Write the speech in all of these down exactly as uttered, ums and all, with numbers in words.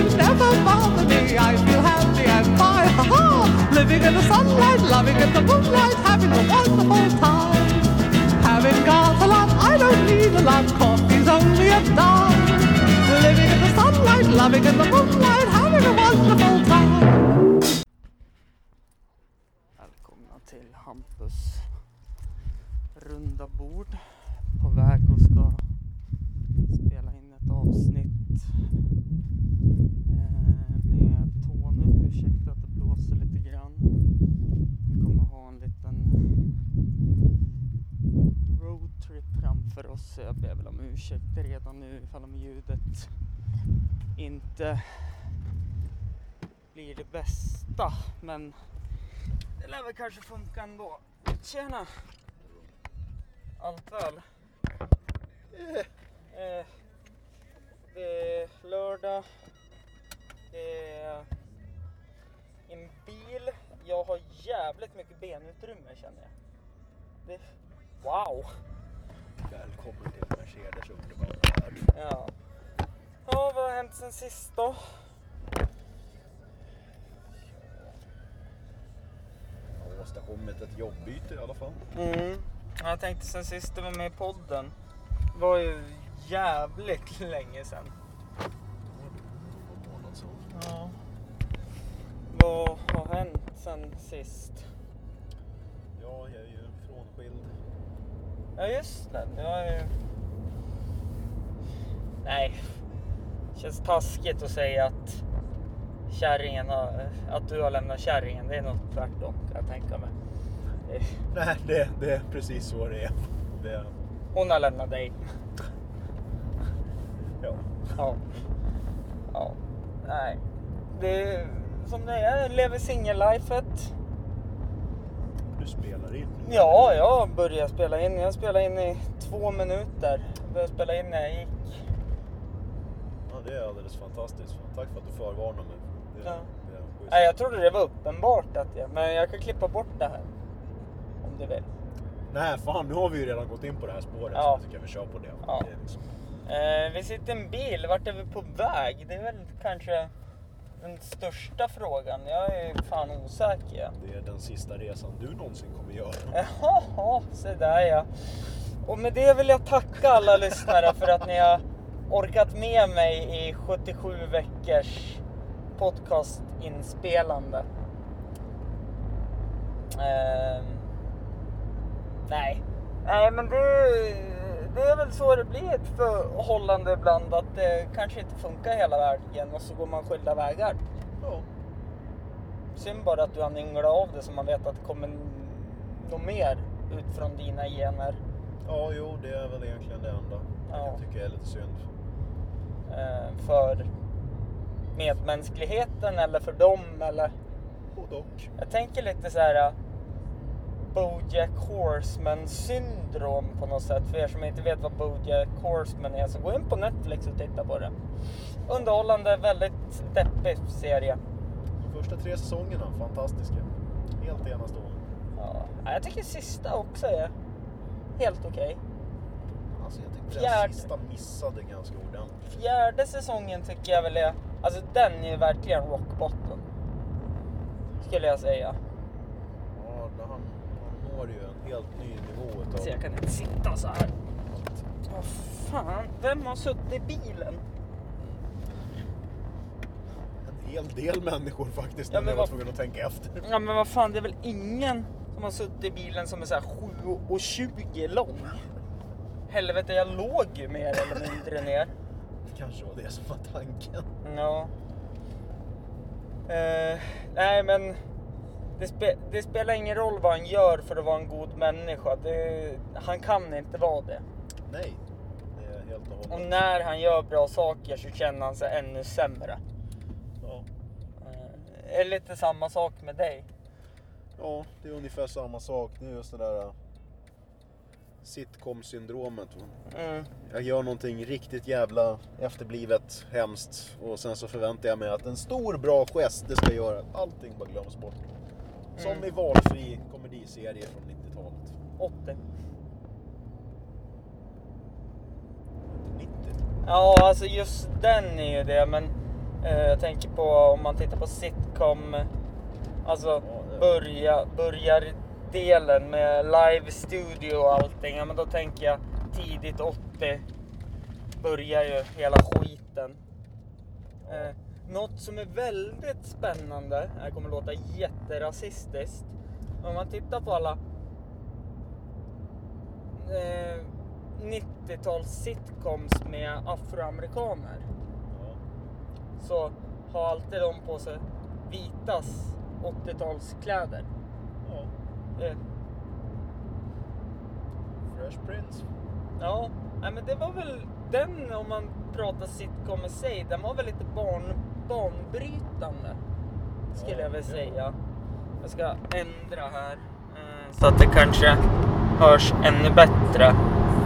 problems never bother me. I feel happy and fine, ha-ha. Living in the sunlight, loving in the moonlight, having a wonderful time. Having got a lot, I don't need a lot, coffee's only a dime. Living in the sunlight, loving in the moonlight, having a wonderful time. Välkomna till Hampus runda bord. På väg och ska spela in ett avsnitt eh, med Tony. Ursäkta att det blåser lite grann. Vi kommer ha en liten roadtrip framför oss. Jag ber väl om ursäkt redan nu ifall om ljudet inte blir det bästa. Men det lär väl kanske funka ändå. Tjena! Allt väl? Eh, eh, det är lördag. Det är en bil. Jag har jävligt mycket benutrymme känner jag. Det, wow! Välkommen till Mercedes underbara värld. Ja. Ja, vad har hänt sen sist då? Jag har åstadkommit ett jobbbyte i alla fall. Mm. Jag tänkte sen sist du var med i podden. Det var ju jävligt länge sedan. En månad sedan. Ja. Vad har hänt sen sist? Ja, jag är ju frånskild. Ja just det, det var ju... Nej, känns taskigt att säga att kärringen har... att du har lämnat kärringen. Det är nog tvärtom kan jag tänka mig. Det... Nej, det, det är precis så det är. Det... Hon har lämnat dig. Ja. Ja. Ja. Nej. Det är som det är. Jag lever singel-lifet. Du spelar in. Ja, jag började spela in. Jag spelade in i två minuter. Jag började spela in när jag gick. Ja, det är alldeles fantastiskt. Tack för att du förvarnar mig. Det, Ja. det är schysst. Nej, jag trodde det var uppenbart att jag... Men jag kan klippa bort det här. Om du vill. Nej, fan, nu har vi ju redan gått in på det här spåret. Ja. Så kan vi köra på det. Ja. Det är liksom... Eh, vi sitter i en bil. Vart är vi på väg? Det är väl kanske den största frågan. Jag är fan osäker. det är den sista resan du någonsin kommer göra. Jaha, så där ja. Och med det vill jag tacka alla lyssnare för att ni har orkat med mig i sjuttiosju veckors podcastinspelande. Eh, nej. Nej, men det, det är väl så det blir ett förhållande ibland. Att det kanske inte funkar hela vägen och så går man skilda vägar. Ja. Synd bara att du har ynglat av det så man vet att det kommer något mer ut från dina gener. Ja, jo, det är väl egentligen det enda. Ja. Jag tycker det är lite synd. Eh, för medmänskligheten eller för dem eller... Både och. Jag tänker lite så här uh, BoJack Horseman syndrom på något sätt. För er som inte vet vad BoJack Horseman är så gå in på Netflix och titta på det. Underhållande, väldigt deppig serie. De första tre säsongerna, fantastiska. Helt enastående. Ja, jag tycker sista också är helt okej. Alltså jag tyckte Fjärde. den sista missade ganska ordentligt. Fjärde säsongen tycker jag väl är... Alltså den är ju verkligen rock bottom. Skulle jag säga. Ja, han, han når ju en helt ny nivå utav... Så jag kan inte sitta så här. Vad fan, vem har suttit i bilen? En hel del människor faktiskt. Ja, Ja, men jag var vad- tvungen att tänka efter. Ja men vad fan, det är väl ingen som har suttit i bilen som är så här sju och tjugo lång. Helvete, jag låg ju mer eller mindre ner. Det kanske var det som var tanken. Ja. Eh, nej men det, spe, det spelar ingen roll vad han gör för att vara en god människa. Det, han kan inte vara det. Nej, det är helt och Och hållet. när han gör bra saker så känner han sig ännu sämre. Ja. Eh, är lite samma sak med dig. ja, det är ungefär samma sak. Det är just det där uh, sitcom-syndromet. Mm. Jag gör någonting riktigt jävla efterblivet, hemskt. Och sen så förväntar jag mig att en stor bra gest det ska göra att allting bara glöms bort. Som Mm. i valfri komediserie från nittiotalet. åttio. nittio? Ja, alltså just den är ju det, men Eh, jag tänker på om man tittar på sitcom, alltså börja, börjar delen med live studio och allting. Ja, men då tänker jag tidigt åttio börjar ju hela skiten. Eh, något som är väldigt spännande, det kommer låta jätterasistiskt. Om man tittar på alla eh, nittio-tals sitcoms med afroamerikaner, så har alltid de på sig vitas åttio-talskläder. Ja. Eh, Fresh Prince. ja, nej, men det var väl den, om man pratar sitcom i sig, den var väl lite barn, banbrytande, skulle Ja, jag väl ja. säga. Jag ska ändra här eh, så att det kanske hörs ännu bättre. Mm.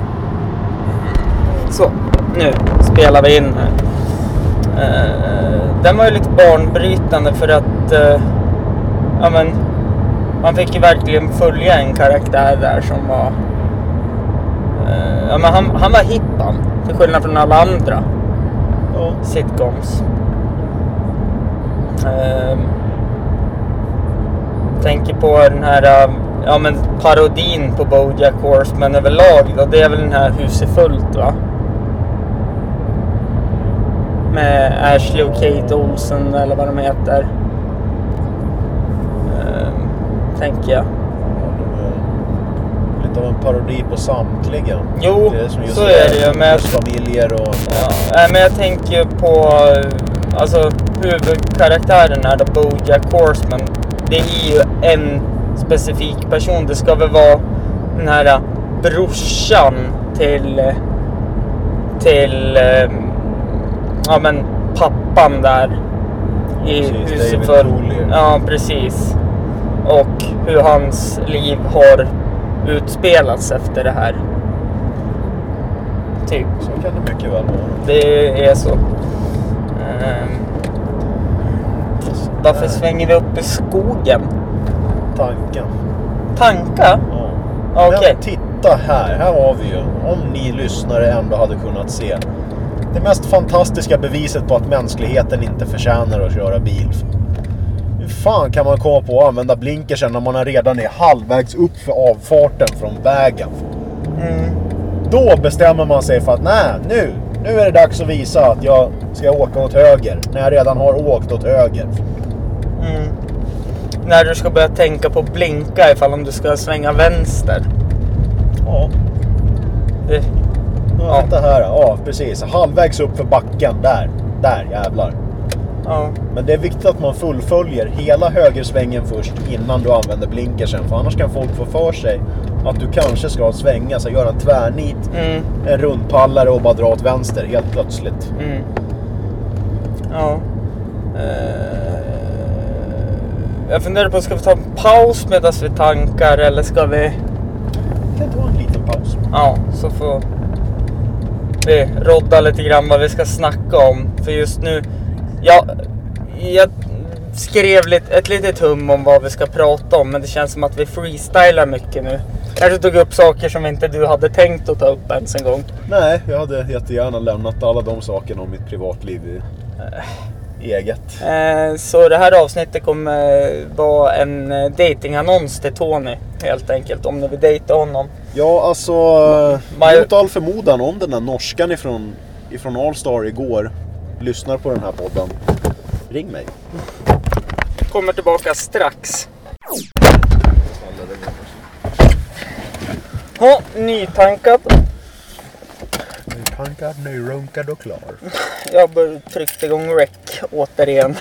Så, nu spelar vi in här. Eh, den var ju lite banbrytande för att eh, ja, men, man fick ju verkligen följa en karaktär där som var eh, ja, men han, han var hippan till skillnad från alla andra Ja. sitcoms. Eh, tänker på den här ja, men parodin på BoJack Horseman överlag då, det är väl den här Huset fullt, va? Med Ashley och Kate Olsen eller vad de heter. Ehm, tänker jag. Ja, de är lite av en parodi på samtliga. Jo, Det är som just så är det ju. Men, just familjer och... ja, nej, men jag tänker ju på alltså huvudkaraktären här då, BoJack Horseman. Det är ju en specifik person. Det ska väl vara den här brorsan till till ja, men pappan där i Precis, Huset David för. Collier. Ja, precis. Och hur hans liv har utspelats efter det här. Typ. Så kan det mycket väl vara. Det är så. Ehm, varför svänger vi upp i skogen? Tanken. Tanka? Ja. Okej. Men titta här, här har vi ju, om ni lyssnare ändå hade kunnat se, det mest fantastiska beviset på att mänskligheten inte förtjänar att köra bil. Hur fan kan man komma på att använda blinkersen när man redan är halvvägs upp för avfarten från vägen? Mm. Då bestämmer man sig för att nej, nu, nu är det dags att visa att jag ska åka åt höger, när jag redan har åkt åt höger. Mm. När du ska börja tänka på att blinka ifall om du ska svänga vänster. Ja. Det, Ja, Ja. titta här, ja precis, halvvägs upp för backen, där, där jävlar. ja. Men det är viktigt att man fullföljer hela högersvängen först innan du använder blinkersen. För annars kan folk få för sig att du kanske ska svänga, så göra en tvärnit, Mm. en rundpallare och bara dra åt vänster helt plötsligt. Mm. Ja. Eh, jag funderar på, ska vi ta en paus medan vi tankar eller ska vi... Kan ta en liten paus. Ja, så får vi rodda lite grann vad vi ska snacka om. För just nu, ja, jag skrev lite, ett litet hum om vad vi ska prata om. Men det känns som att vi freestylar mycket nu. Kanske tog upp saker som inte du hade tänkt att ta upp ens en gång. Nej, jag hade jättegärna lämnat alla de sakerna om mitt privatliv i eget. Eh, så det här avsnittet kommer vara en eh, datingannons till Tony, helt enkelt, om ni vill dejta honom. Ja, alltså, Maj- mot all förmodan, om den där norskan ifrån, ifrån Allstar igår lyssnar på den här podden, ring mig. Kommer tillbaka strax. Ja, nytankad. Nytankad, nyrunkad och klar. Jag bör trycka igång rec återigen.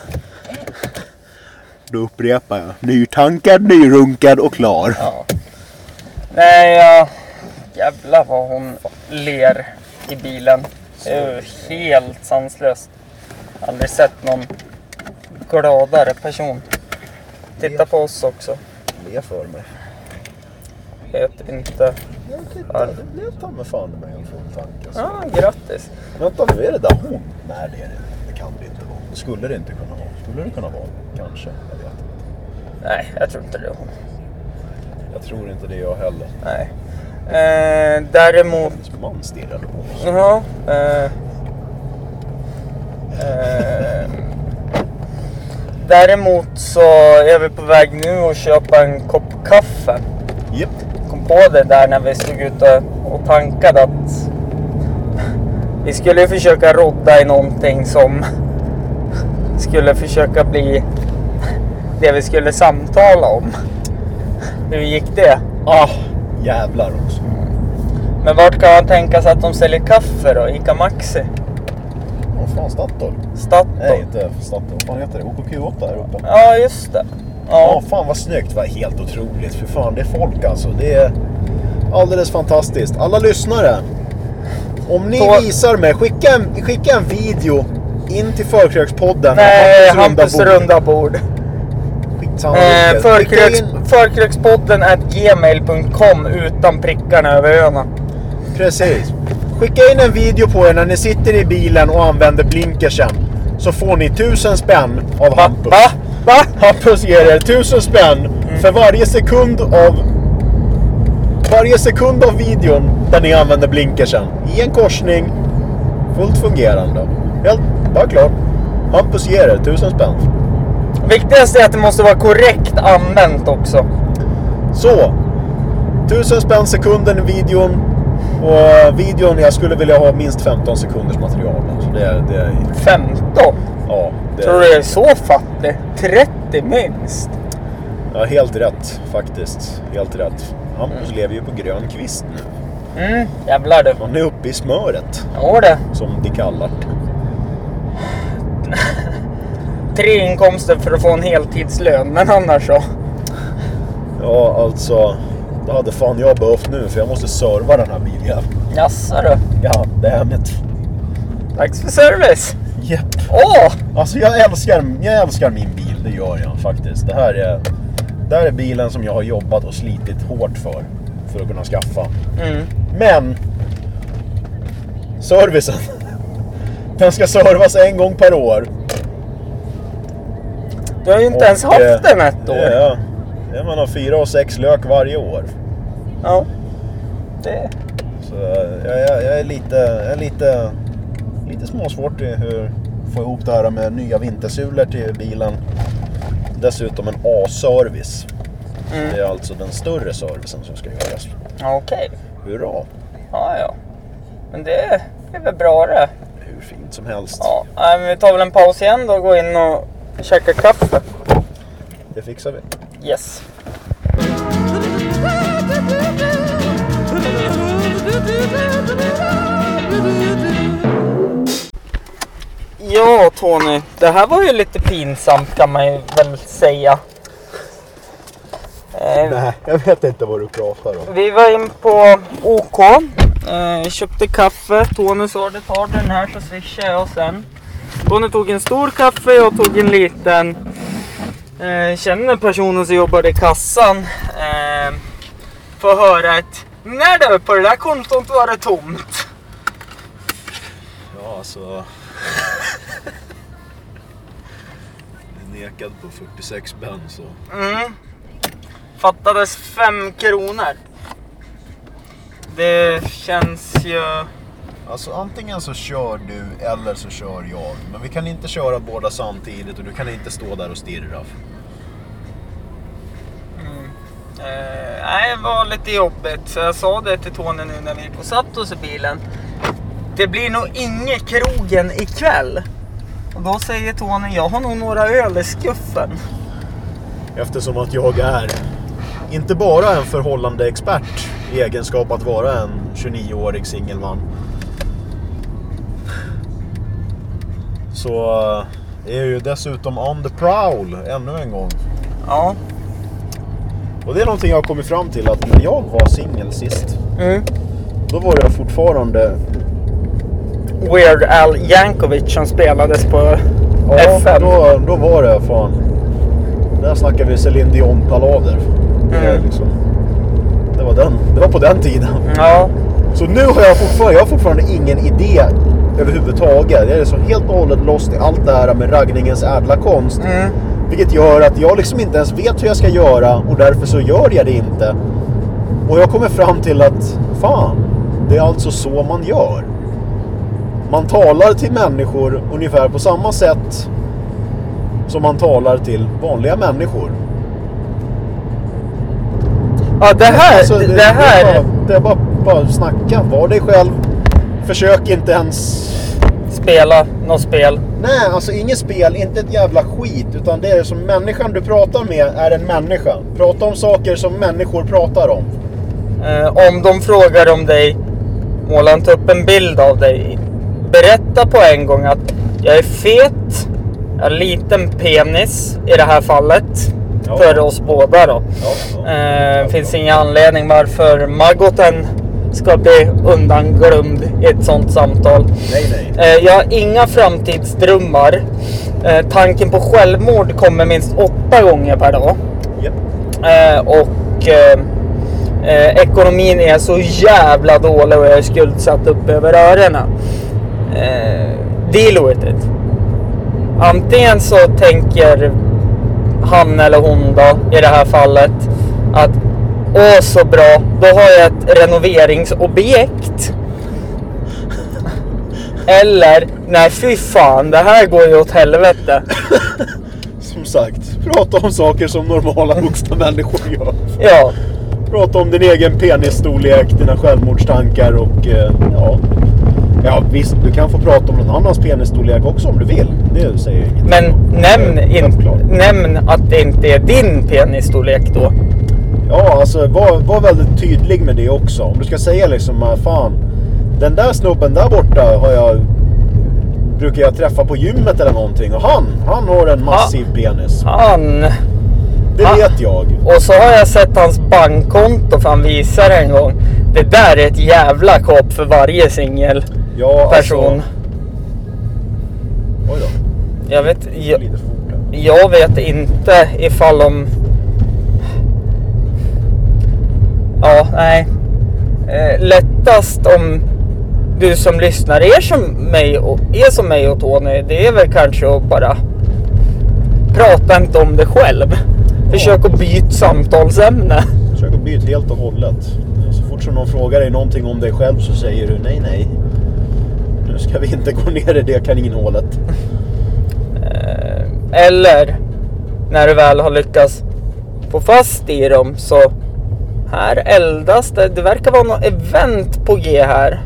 Då upprepar jag. Nytankad, nyrunkad och klar. Ja. Nej, ja. Jävlar vad hon ler i bilen. Det är ju helt sanslöst. Aldrig sett någon gladare person. Titta på oss också. Le för mig. Heter inte... Ja, titta, det blev ta med fan med en full tanke. Alltså. Ja, grattis. Vänta, nu är det där hon. Nej, det är det. Det kan det inte vara. Det skulle det inte kunna vara. Skulle det kunna vara? Kanske. Jag vet inte. Nej, jag tror inte det är hon. Jag tror inte det jag heller. Nej. Eh, däremot... Hennes man stirrade på oss. Ja. Eh, eh, Däremot så är vi på väg nu att köpa en kopp kaffe. Yep. Kom på det där när vi stod ute och tankade att vi skulle försöka rodda i någonting som skulle försöka bli det vi skulle samtala om. Hur gick det? Ah, jävlar också. Men vart kan man tänka sig att de säljer kaffe då? Ica Maxi? Vad fan, Statoil? Statoil? Nej, inte Statoil. Vad fan heter det? O K Q åtta här uppe. Ja, just det. Ja, Ja. fan vad snyggt. Det var helt otroligt. För fan, det är folk alltså. Det är alldeles fantastiskt. Alla lyssnare. Om ni Så... visar mig, skicka en, skicka en video in till Förkrökspodden. Nej, Hampus runda bord. Skitsamma. Eh, förkröks, in... Förkrökspodden at gmail punkt com utan prickarna över öarna. Precis. Skicka in en video på er när ni sitter i bilen och använder blinkersen. Så får ni tusen spänn av Va? Hampus. Va? Va? Hampus ger er tusen spänn mm. för varje sekund av varje sekund av videon där ni använder blinkersen. I en korsning. Fullt fungerande. Helt, bara klart. Hampus ger er tusen spänn. Viktigast är att det måste vara korrekt använt också. Så. Tusen spänn sekunden i videon. Och videon, jag skulle vilja ha minst femton sekunders material. Alltså det är, det är... femton? Ja. Det Tror du det är så fattigt? trettio minst. Ja, helt rätt faktiskt. Helt rätt. Hampus mm. lever ju på grön kvist nu. Mm, jävlar du. Han är uppe i smöret. Ja det. Som de kallar det. Tre inkomster för att få en heltidslön, men annars så. Ja, alltså. Det hade fan jag behövt nu, för jag måste serva den här bilen. Jassar du. Ja, det är mitt. Tack för service. Japp. Åh! Alltså jag älskar, jag älskar min bil, det gör jag faktiskt. Det här är, det här är bilen som jag har jobbat och slitit hårt för. För att kunna skaffa. Mm. Men servicen. Den ska servas en gång per år. Du har ju inte och, ens haft eh, den ett år. Ja, ja, man har fyra och sex lök varje år. Ja. Det. Så jag, jag, jag är lite, jag är lite, lite småsvårt i hur få ihop det här med nya vintersulor till bilen. Dessutom en A-service. Mm. Det är alltså den större servicen som ska göras. Okej. Okay. Hurra. Ja, ja. Men det är väl bra det. Hur fint som helst. Ja, men vi tar väl en paus igen då och går in och käkar kaffe. Det fixar vi. Yes. Ja, Tony. Det här var ju lite pinsamt kan man ju väl säga. Nej, jag vet inte vad du pratar om. Vi var in på OK. Eh, köpte kaffe. Tony sa det, tar den här så swishar jag sen. Tony tog en stor kaffe, jag tog en liten. Eh, känner personen som jobbar i kassan. Eh, får höra ett när du på det där kontot var det tomt. Ja, alltså. Det är nekad på fyrtiosex spänn så. Mm. Fattades fem kronor. Det känns ju... Alltså antingen så kör du eller så kör jag. Men vi kan inte köra båda samtidigt och du kan inte stå där och stirra. Mm. Eh, nej, det var lite jobbigt. Så jag sa det till Tony nu när vi gick och satt oss i bilen. Det blir nog inget krogen ikväll. Och då säger Tony, jag har nog några öl i skuffen. Eftersom att jag är inte bara en förhållande expert i egenskap att vara en tjugonioårig singelman. Så är jag ju dessutom on the prowl ännu en gång. Ja. Och det är någonting jag har kommit fram till att när jag var singel sist. Mm. Då var det fortfarande Weird Al Yankovic som spelades på ja, F M. Då, då var det fan. Där snackar vi Celine Dion-palaver. Det, är Mm. liksom, det, var den, det var på den tiden. Ja. Så nu har jag fortfarande, jag har fortfarande ingen idé överhuvudtaget. Jag är så helt och hållet lost i allt det här med raggningens ädla konst. Mm. Vilket gör att jag liksom inte ens vet hur jag ska göra. Och därför så gör jag det inte. Och jag kommer fram till att fan, det är alltså så man gör. Man talar till människor ungefär på samma sätt som man talar till vanliga människor. Ja, det här... Alltså, det, det här... Det är bara, det är bara, bara snacka. Var dig själv. Försök inte ens... Spela något spel. Nej, alltså inget spel, inte ett jävla skit. Utan det är som människan du pratar med är en människa. Prata om saker som människor pratar om. Eh, om de frågar om dig, måla inte upp en bild av dig. Berätta på en gång att jag är fet, jag har liten penis i det här fallet. Ja. För oss båda då. Ja, ja. Eh, finns ingen anledning varför Maggoten ska bli undanglömd i ett sånt samtal. Nej, nej. Eh, jag har inga framtidsdrömmar. Eh, tanken på självmord kommer minst åtta gånger per dag. Yep. Eh, och eh, eh, ekonomin är så jävla dålig och jag är skuldsatt upp över öronen. Eh, deal with it. Antingen så tänker han eller hon då i det här fallet att åh så bra, då har jag ett renoveringsobjekt. Eller nej fy fan, det här går ju åt helvete. Som sagt, prata om saker som normala vuxna människor gör. Ja. Prata om din egen penisstorlek, dina självmordstankar och eh, ja. Ja visst, du kan få prata om någon annans penisstorlek också om du vill. Det säger jag inget. Men nämn, Eh, in, självklart. nämn att det inte är din penisstorlek då. Ja, alltså var, var väldigt tydlig med det också. Om du ska säga liksom, ah, fan, den där snubben där borta har jag, brukar jag träffa på gymmet eller någonting. Och han, han har en massiv Ha. penis. Han... Det Ha. vet jag. Och så har jag sett hans bankkonto för han visar en gång. Det där är ett jävla kap för varje singel Ja, person. Alltså, oj då. Jag vet... Jag, Lite för fort här. jag vet inte ifall de... Ja, nej. Eh, lättast om du som lyssnar är som mig och, är som mig och Tony, det är väl kanske att bara prata inte om det själv. Försök att byta samtalsämne. Försök att byta helt och hållet. Så fort som någon frågar dig någonting om dig själv så säger du nej, nej. Nu ska vi inte gå ner i det kaninhålet. Eh, eller när du väl har lyckats få fast i dem så här eldas det. Det verkar vara något event på G här.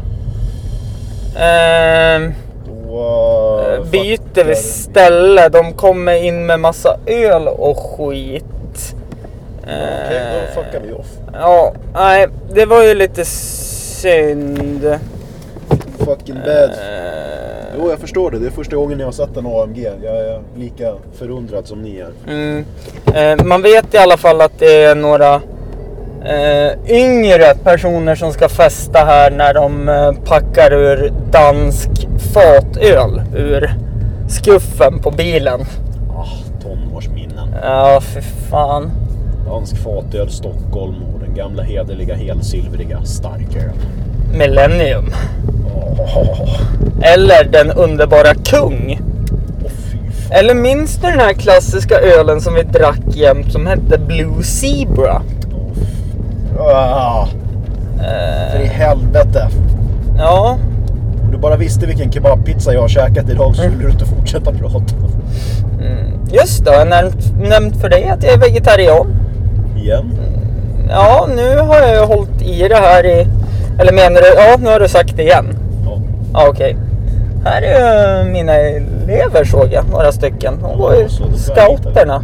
Eh, Wow, byter vi ställe. De kommer in med massa öl och skit. Okej, då fuckar vi off. Ja, nej, det var ju lite synd. Fucking bad. Eh, Jo, jag förstår det. Det är första gången jag har sett en A M G. Jag är lika förundrad som ni är. mm. eh, man vet i alla fall att det är några eh, yngre personer som ska festa här när de eh, packar ur dansk fatöl ur skuffen på bilen. Ah, tonårsminnen. Ja, för fan. Dansk fatöl, Stockholm och den gamla hederliga helsilvriga starköl. Millennium. Oh, Eller den underbara Kung. oh, fy fan. Eller minns du den här klassiska ölen som vi drack jämt som hette Blue Zebra? Oh, ah, för i Eh, helvete. ja. Om du bara visste vilken kebabpizza jag har käkat idag så skulle du inte fortsätta prata. Mm. Just det, jag har nämnt, nämnt för dig att jag är vegetarian. Igen? Ja, nu har jag ju hållit i det här i... Eller menar du... Ja, nu har du sagt det igen. Ja. Ja, okej. Här är ju mina elever såg jag, några stycken. De går ju Ja, så det är scouterna.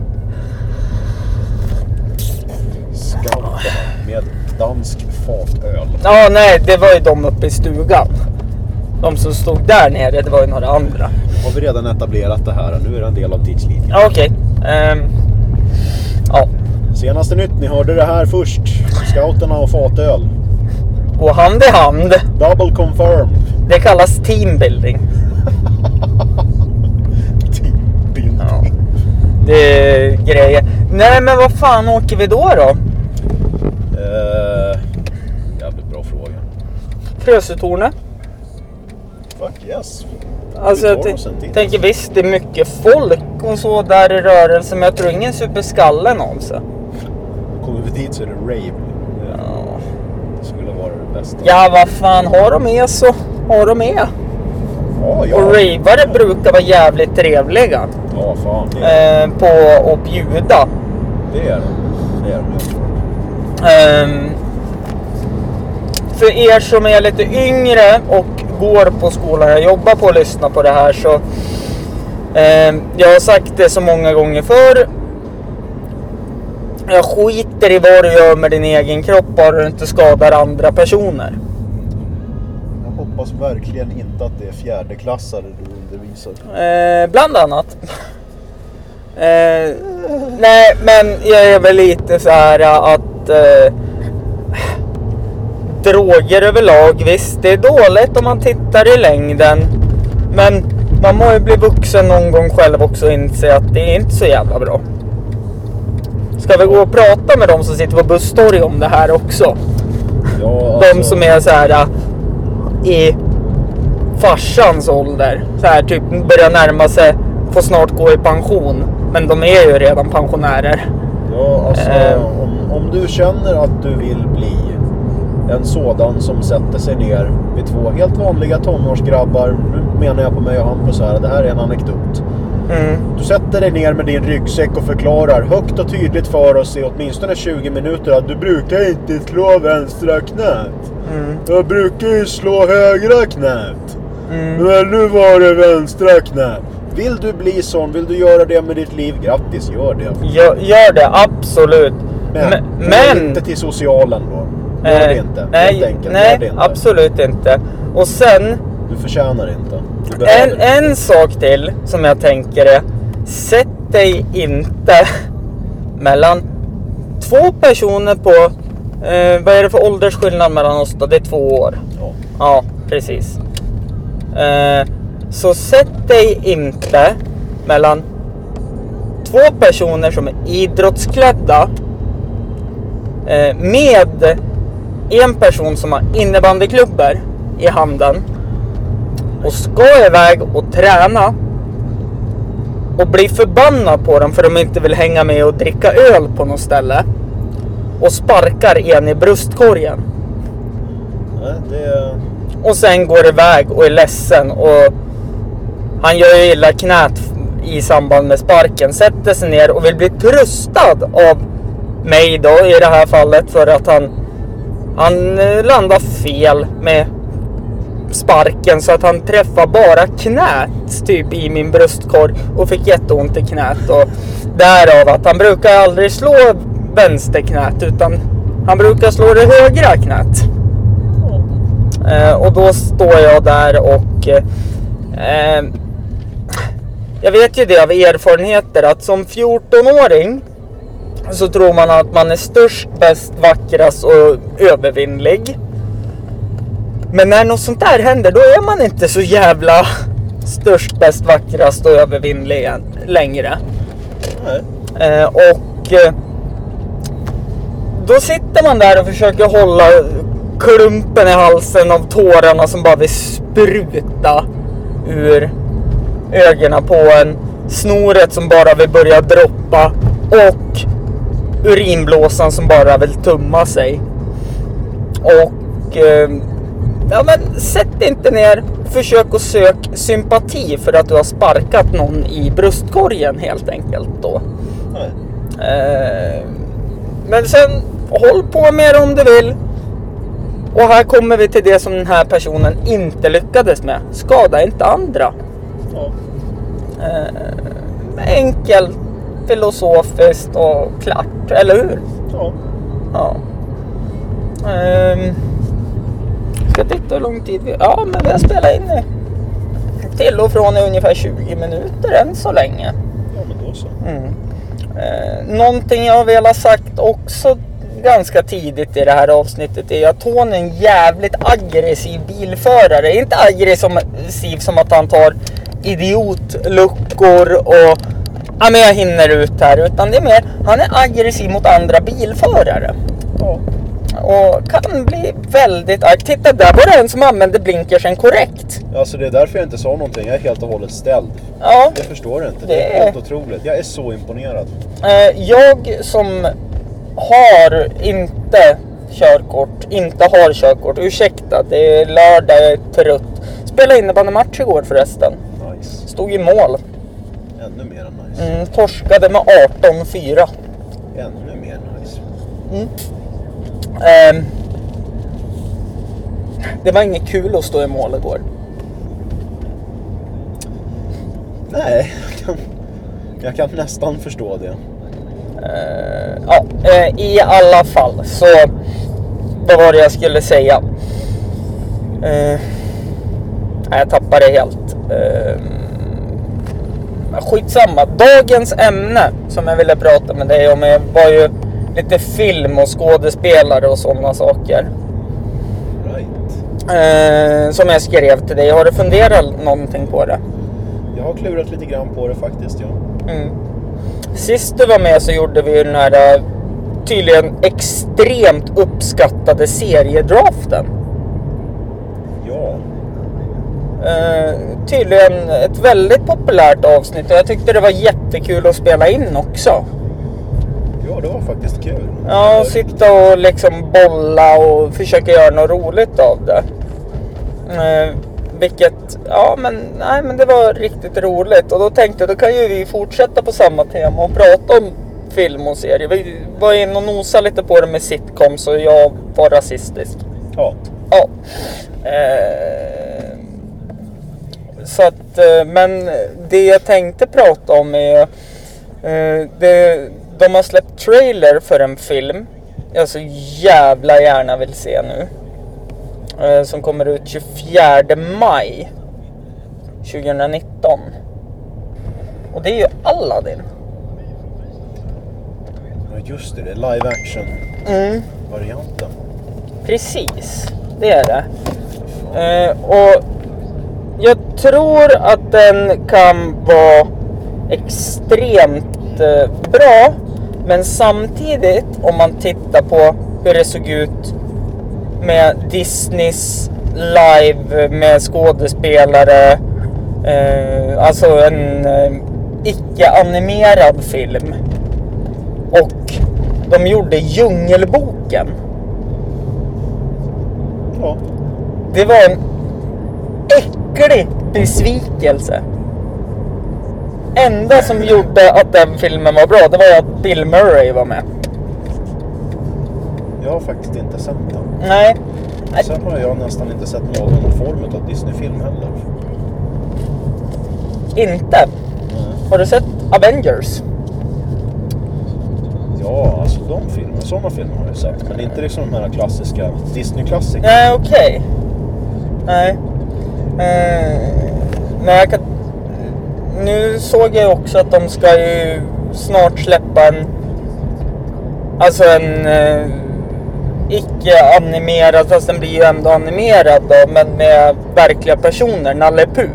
Scouterna med dansk fatöl. Ja, nej, det var ju de uppe i stugan. De som stod där nere, det var ju några andra. Nu har vi redan etablerat det här. Nu är det en del av tidslinjen. Ja, okej. Ehm, ja, Senaste nytt, ni hörde det här först. Scouterna och fatöl. gå hand i hand. Double confirmed. Det kallas teambuilding. Teambuilding. Ja. Det är grejer. Nej, men vad fan åker vi då då? Uh, jävligt bra fråga. Frösetornet. Fuck yes. Alltså Vi jag tar t- oss en titt. tänker visst, det är mycket folk och så där i rörelse, men jag tror ingen super skallen av sig. Kommer vi dit så är det rave. Ja. Det skulle vara det bästa. Ja, vad fan, har de med så har de med. Ja, ja. Och ravare brukar vara jävligt trevliga. Ja, fan. Det är, Eh, på att bjuda. det är det. Det är det. Ehm, för er som är lite yngre och går på skolan, jag jobbar på att lyssna på det här, så ehm, jag har sagt det så många gånger förr. Jag skiter i vad du gör med din egen kropp, bara du inte skadar andra personer. Jag hoppas verkligen inte att det är fjärdeklassare du undervisar. Eh, bland annat. Eh, nej, men jag är väl lite så här att eh, droger överlag, visst det är dåligt om man tittar i längden, men man må ju bli vuxen någon gång själv också och inse att det är inte så jävla bra. Ska vi gå och prata med dem som sitter på busstorg om det här också? Ja, alltså, De som är så här uh, i farsans ålder, så här typ börjar närma sig, får snart gå i pension, men de är ju redan pensionärer. Ja, alltså Eh. om, om du känner att du vill bli en sådan som sätter sig ner vid två helt vanliga tonårsgrabbar, nu menar jag på mig och Hampus här, det här är en anekdot. Mm. Du sätter dig ner med din ryggsäck och förklarar högt och tydligt för oss i åtminstone tjugo minuter att du brukar inte slå vänstra knät. Mm. Jag brukar ju slå högra knät. Mm. Men nu var det vänstra knät. Vill du bli sån, vill du göra det med ditt liv, grattis, gör det. Gör, gör det, absolut. Men, Men, men men inte till socialen då. Gör det eh, inte. nej, helt enkelt. Gör nej det inte. absolut inte. Och sen Du förtjänar inte. Du en, behöver inte. en sak till som jag tänker är, sätt dig inte mellan två personer på eh, vad är det för åldersskillnad mellan oss då? Det är två år. Ja. Ja, precis. Eh, så sätt dig inte mellan två personer som är idrottsklädda eh, med en person som har innebandyklubbor i handen och ska iväg och träna och bli förbannad på dem för att de inte vill hänga med och dricka öl på något ställe och sparkar en i bröstkorgen. Nej, det... Och sen går iväg och är ledsen och han gör ju illa knät i samband med sparken, sätter sig ner och vill bli tröstad av mig då i det här fallet för att han han landar fel med sparken så att han träffar bara knät typ i min bröstkorg och fick jätteont i knät, och därav att han brukar aldrig slå vänsterknät utan han brukar slå det högra knät. Eh, och då står jag där och eh, jag vet ju det av erfarenheter att som fjorton-åring så tror man att man är störst, bäst, vackrast och övervinnlig. Men när något sånt där händer, då är man inte så jävla störst, bäst, vackrast och övervinnlig längre. Nej. Eh, och eh, då sitter man där och försöker hålla klumpen i halsen av tårarna som bara vill spruta ur ögonen på en, snoret som bara vill börja droppa och urinblåsan som bara vill tumma sig. Och eh, ja, men sätt inte ner, försök att sök sympati för att du har sparkat någon i bröstkorgen helt enkelt då. Nej. Eh, men sen håll på med det om du vill. Och här kommer vi till det som den här personen inte lyckades med. Skada inte andra. Ja. Eh, enkelt, filosofiskt och klart, eller hur? Ja. Ja. Ehm, ska titta hur lång tid vi... Ja, men vi har spelat in till och från i ungefär tjugo minuter än så länge. Ja, men då så. Mm. Eh, någonting jag har velat sagt också ganska tidigt i det här avsnittet är att Tony är en jävligt aggressiv bilförare. Inte aggressiv som att han tar idiotluckor och ja, men jag hinner ut här, utan det är mer han är aggressiv mot andra bilförare. Ja. Och kan bli väldigt arg. Titta, där var det en som använde blinkersen korrekt. Alltså det är därför jag inte sa någonting. Jag är helt och hållet ställd. Ja. Jag förstår inte. Det Det är är- helt otroligt. Jag är så imponerad. Eh, jag som har inte körkort, inte har körkort, ursäkta, det är lördag, jag är trött. spelade innebandymatch igår förresten. Nice. Stod i mål. Ännu mer nice. Mm, torskade med arton fyra. Ännu mer nice. Mm. Eh, det var inget kul att stå i mål igår. Nej, jag kan, jag kan nästan förstå det. Eh, ja, eh, i alla fall så vad var det jag skulle säga? Eh, jag tappade det helt. Eh, skitsamma. Dagens ämne som jag ville prata med dig om var ju lite film och skådespelare och sådana saker. Right. Eh, som jag skrev till dig. Har du funderat någonting på det? Jag har klurat lite grann på det faktiskt, ja. Mm. Sist du var med så gjorde vi ju den här tydligen extremt uppskattade seriedraften. Ja. Uh, tydligen ett väldigt populärt avsnitt och jag tyckte det var jättekul att spela in också. Ja, det var faktiskt kul. Ja, sitta och liksom bolla och försöka göra något roligt av det. Uh, vilket, ja men, nej men det var riktigt roligt. Och då tänkte jag, då kan ju vi fortsätta på samma tema och prata om film och serier. Vi var inne och nosade lite på det med sitcoms och jag var rasistisk. Ja. Ja. Uh, Så att, men det jag tänkte prata om är eh, det, de har släppt trailer för en film jag så jävla gärna vill se nu, eh, som kommer ut tjugofjärde maj tjugonitton, och det är ju Aladdin. Ja, just det, det är live action Mm. varianten. Precis, det är det. eh, och jag tror att den kan vara extremt eh, bra. Men samtidigt, om man tittar på hur det såg ut med Disneys live med skådespelare, eh, alltså en eh, icke-animerad film, och de gjorde Djungelboken. Ja. Det var en äcklig besvikelse. Enda som gjorde att den filmen var bra, det var att Bill Murray var med. Jag har faktiskt inte sett den. Nej. Sen har jag nästan inte sett någon form av Disney-film heller. Inte. Mm. Har du sett Avengers? Ja, alltså de filmer, sådana filmer har jag sett. Men inte liksom de här klassiska Disney-klassikerna. Nej, okej. Okay. Nej. Eh, men jag kan... Nu såg jag också att de ska ju snart släppa en... Alltså en... Eh, icke-animerad, fast den blir ju ändå animerad då, men med verkliga personer, Nalle Puh.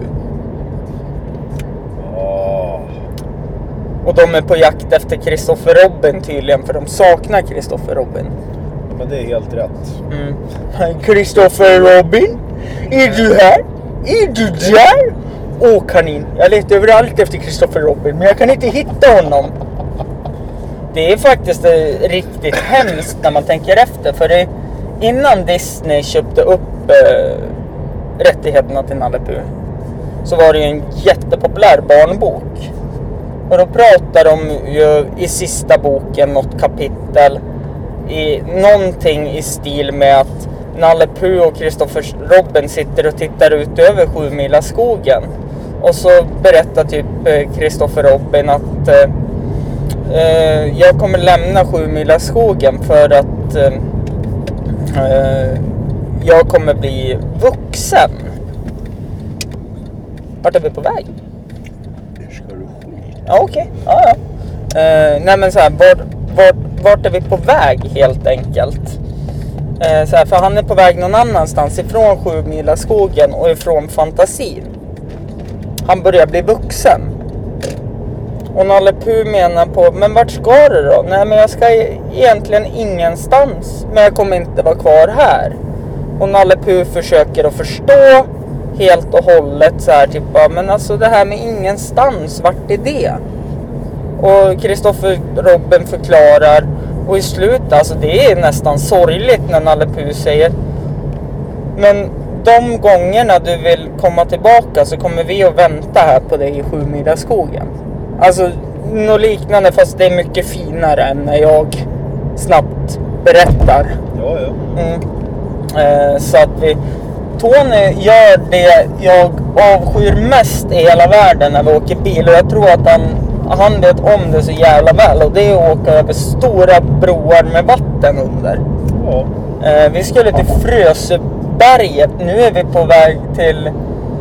Oh. Och de är på jakt efter Christopher Robin tydligen, för de saknar Christopher Robin. Men det är helt rätt. Mm. Christopher Robin? Är du här? Är du där? Åh kanin, jag letar överallt efter Christopher Robin, men jag kan inte hitta honom. Det är faktiskt eh, riktigt hemskt när man tänker efter. För det, innan Disney köpte upp eh, rättigheterna till Nalle Puh, så var det ju en jättepopulär barnbok. Och då pratar de ju i sista boken, något kapitel, i någonting i stil med att Nalle Puh och Christopher Robin sitter och tittar ut över sju mila skogen. Och så berättar typ Christopher Robin att eh, eh, jag kommer lämna sju mila skogen för att eh, eh, jag kommer bli vuxen. Vart är vi på väg? Ska du skita? Ja, okej. Okay. Ja, ja. Eh, nej men så här, vart, vart, vart är vi på väg helt enkelt? Eh, så här, för han är på väg någon annanstans ifrån sju mila skogen och ifrån fantasin. Han börjar bli vuxen. Och Nalle Puh menar på, men vart ska du då? Nej men jag ska egentligen ingenstans, men jag kommer inte vara kvar här. Och Nalle Puh försöker att förstå helt och hållet så här typ, men alltså det här med ingenstans, vart är det? Och Christopher Robin förklarar, och i slutet, alltså det är nästan sorgligt när Nalle Puh säger, men de gångerna du vill komma tillbaka så kommer vi att vänta här på dig i Sjumilaskogen. Alltså något liknande, fast det är mycket finare än när jag snabbt berättar. Ja, ja. Mm. Eh, så att vi... Tony gör det jag avskyr mest i hela världen när vi åker bil. Och jag tror att han, han vet om det så jävla väl. Och det är att åka över stora broar med vatten under. Ja. Eh, vi skulle till Frösöberget. Nu är vi på väg till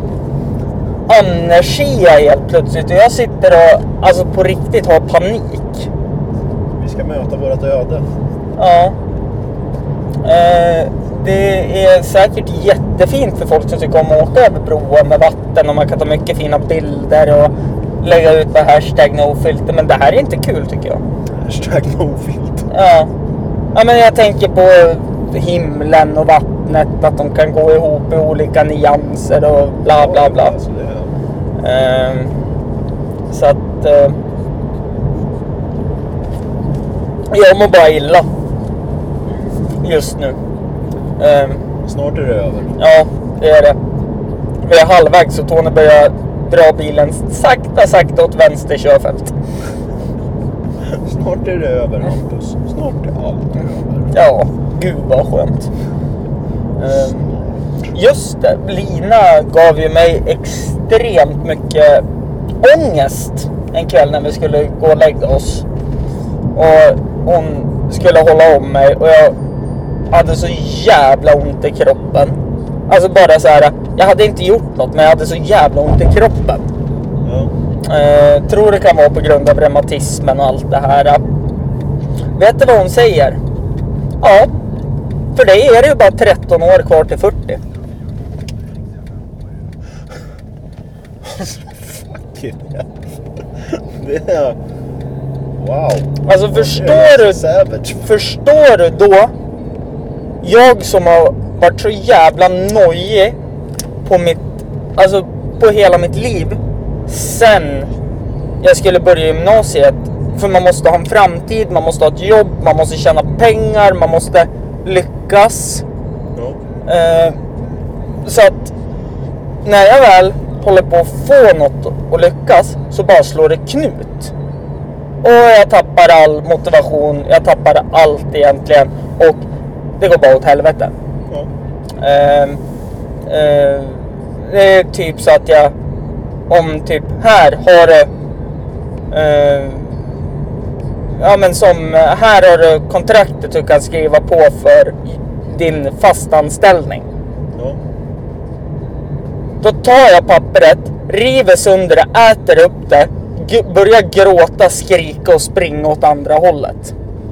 Annerskia helt plötsligt. Och jag sitter och alltså på riktigt har panik. Vi ska möta vårat öde. Ja. Eh, det är säkert jättefint för folk som tycker om att åka över broar med vatten. Och man kan ta mycket fina bilder och lägga ut på hashtag nofilter. Men det här är inte kul tycker jag. Hashtag nofilter. Ja. Ja, men jag tänker på himlen och vattnet. Att de kan gå ihop i olika nyanser och bla bla bla. Alltså det är... Eh, så att... Eh, jag mår bara illa. Just nu. Um, Snart är det över. ja, det är det. Vi är halvvägs så Tony börjar dra bilen sakta, sakta åt vänster körfält. Snart är det över, Hampus. Snart är allt över. Ja, gud vad skönt. Um, just det, Lina gav ju mig extremt mycket ångest en kväll när vi skulle gå och lägga oss. Och hon skulle hålla om mig och jag hade så jävla ont i kroppen. Alltså bara så här, jag hade inte gjort något men jag hade så jävla ont i kroppen. Ja. Eh, tror det kan vara på grund av reumatismen och allt det här. Vet du vad hon säger? Ja, för det är det ju bara tretton år kvar till fyrtio. Fucking hell. Det är... Wow. Alltså förstår du, Savage. förstår du då? Jag som har varit så jävla nojig på mitt, alltså på hela mitt liv sen jag skulle börja gymnasiet. För man måste ha en framtid, man måste ha ett jobb, man måste tjäna pengar, man måste lyckas. Ja. Eh, så att när jag väl håller på att få något och lyckas så bara slår det knut. Och jag tappar all motivation, jag tappar allt egentligen och det går bara åt helvete. Ja. Eh, eh, det är typ så att jag om typ här har du eh, ja men som här har du kontraktet du kan skriva på för din fastanställning. Ja. Då tar jag pappret, river sönder det, äter upp det, g- börjar gråta, skrika och springa åt andra hållet.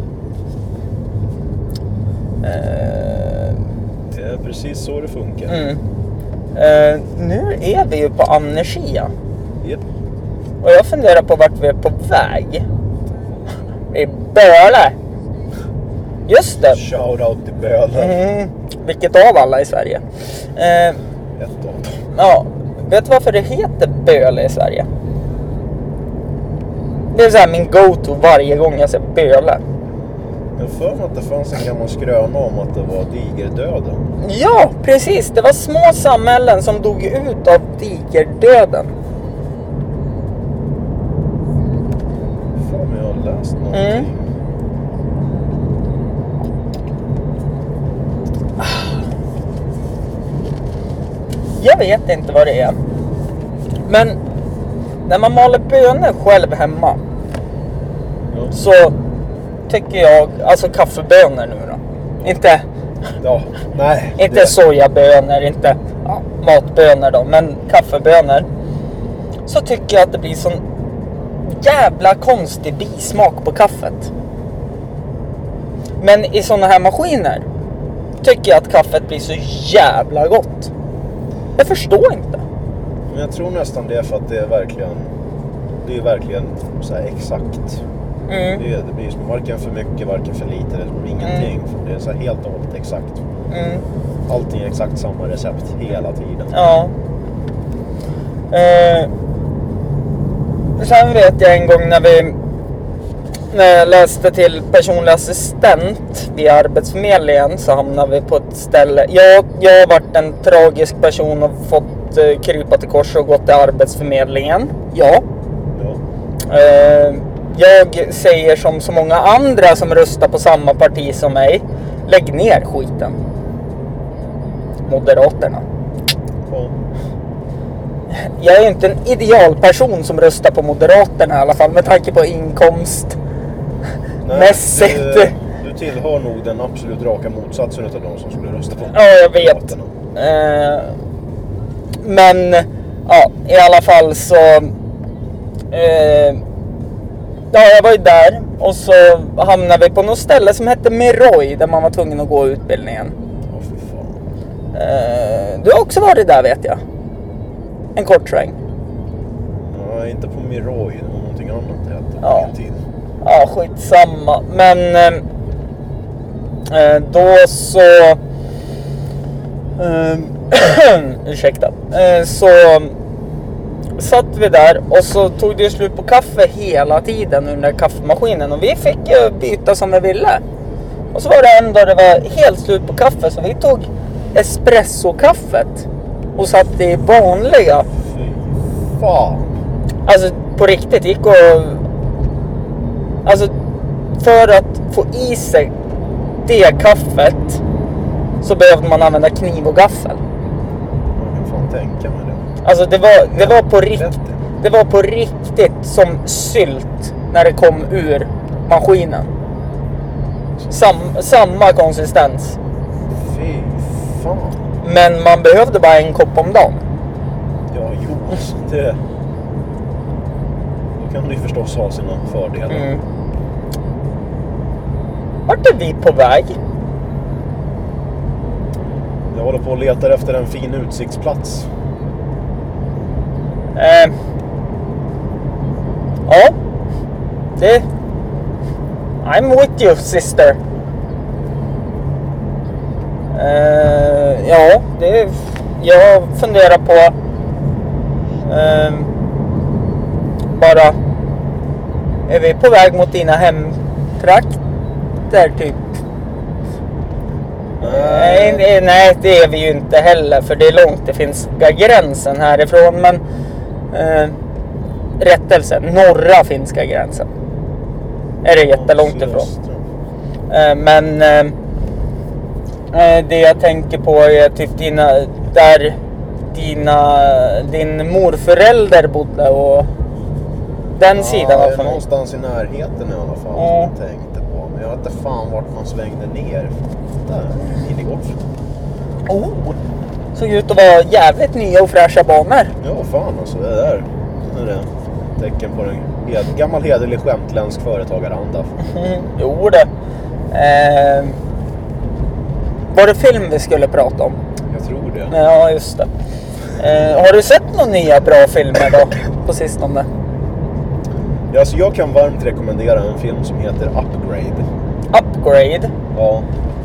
Eh, Det är precis så det funkar. mm. eh, nu är vi ju på Annerskia. Yep. Och jag funderar på vart vi är på väg. I Böle. Just det. Shout out till Böle. Mm, vilket av alla i Sverige. Eh, Ett av dem. ja, vet du varför det heter Böle i Sverige? Det är så här min go-to varje gång jag ser Böle. Jag för mig att det fanns en gammal skröna om att det var digerdöden. Ja, precis. Det var små samhällen som dog ut av digerdöden. Fan, men jag har läst någonting. Mm. Jag vet inte vad det är. Men när man maler bönor själv hemma Ja. så tycker jag, alltså kaffebönor nu då. Inte, Ja, nej. inte det- sojabönor, inte ja, matbönor då, men kaffebönor. Så tycker jag att det blir sån jävla konstig bismak på kaffet. Men i såna här maskiner tycker jag att kaffet blir så jävla gott. Jag förstår inte. Men jag tror nästan det är för att det är verkligen... Det är verkligen så här exakt. Mm. Det, det blir som varken för mycket, varken för lite, det är som ingenting. För det är så här helt och hållet exakt. Mm. Allting är exakt samma recept hela tiden. Ja. Eh, sen vet jag en gång när vi när jag läste till personlig assistent vid Arbetsförmedlingen så hamnade vi på ett ställe. Jag, jag har varit en tragisk person och fått eh, krypa till kors och gått till Arbetsförmedlingen. Ja. Ja. Eh, jag säger som så många andra som röstar på samma parti som mig. Lägg ner skiten. Moderaterna. Ja. Jag är inte en idealperson som röstar på Moderaterna i alla fall med tanke på inkomst. Nej, Mässigt. Du, du tillhör nog den absolut raka motsatsen av de som skulle rösta på. Ja, jag vet. Eh, men ja, i alla fall så eh, ja, jag var ju där och så hamnade vi på något ställe som hette Meroy där man var tvungen att gå utbildningen. Åh, fy fan. Eh, du har också varit där, vet jag. En kort sväng. Nej, inte på Miroy. Det var någonting annat det hette. Ja. En tid. Ja, skitsamma. Men eh, eh, då så eh, ursäkta. Eh, så satt vi där och så tog det slut på kaffe hela tiden under kaffemaskinen och vi fick ju byta som vi ville. Och så var det en dag det var helt slut på kaffe så vi tog espresso-kaffet och satt i vanliga. Fy fan. Alltså på riktigt gick och alltså för att få i sig det kaffet så behövde man använda kniv och gaffel. Jag kan fan tänka mig det. Alltså det var det var på riktigt. Det var på riktigt som sylt när det kom ur maskinen. Sam, samma konsistens. Fy fan. Men man behövde bara en kopp om dagen. Ja, jo, alltså, det... Då kan det ju förstås ha sina fördelar. Mm. Vart är vi på väg? Jag håller på och letar efter en fin utsiktsplats. Eh, ja. Det... I'm with you, sister. Eh, ja, det... Jag funderar på... Eh, bara... Är vi på väg mot dina hemtrakter, typ? Nej, nej, nej, det är vi ju inte heller. För det är långt, det finns gränsen härifrån. Men eh, rättelse, norra finska gränsen är det jättelångt ifrån. eh, Men eh, det jag tänker på är typ dina, där dina, din morförälder bodde och den ja, sidan av familjen. Någonstans i närheten i alla fall, Ja. som jag tänkte på. Men jag vet inte fan vart man svängde ner. Där, in i golfen. Oh, såg ut att vara jävligt nya och fräscha banor. Ja, fan alltså, det där det är det tecken på en hed, gammal hederlig skämtländsk företagaranda. Mm, jo det. Eh, var det film vi skulle prata om? Jag tror det. Ja, just det. Eh, har du sett några nya bra filmer då på sistone? Ja, alltså jag kan varmt rekommendera en film som heter Upgrade. Upgrade? Ja.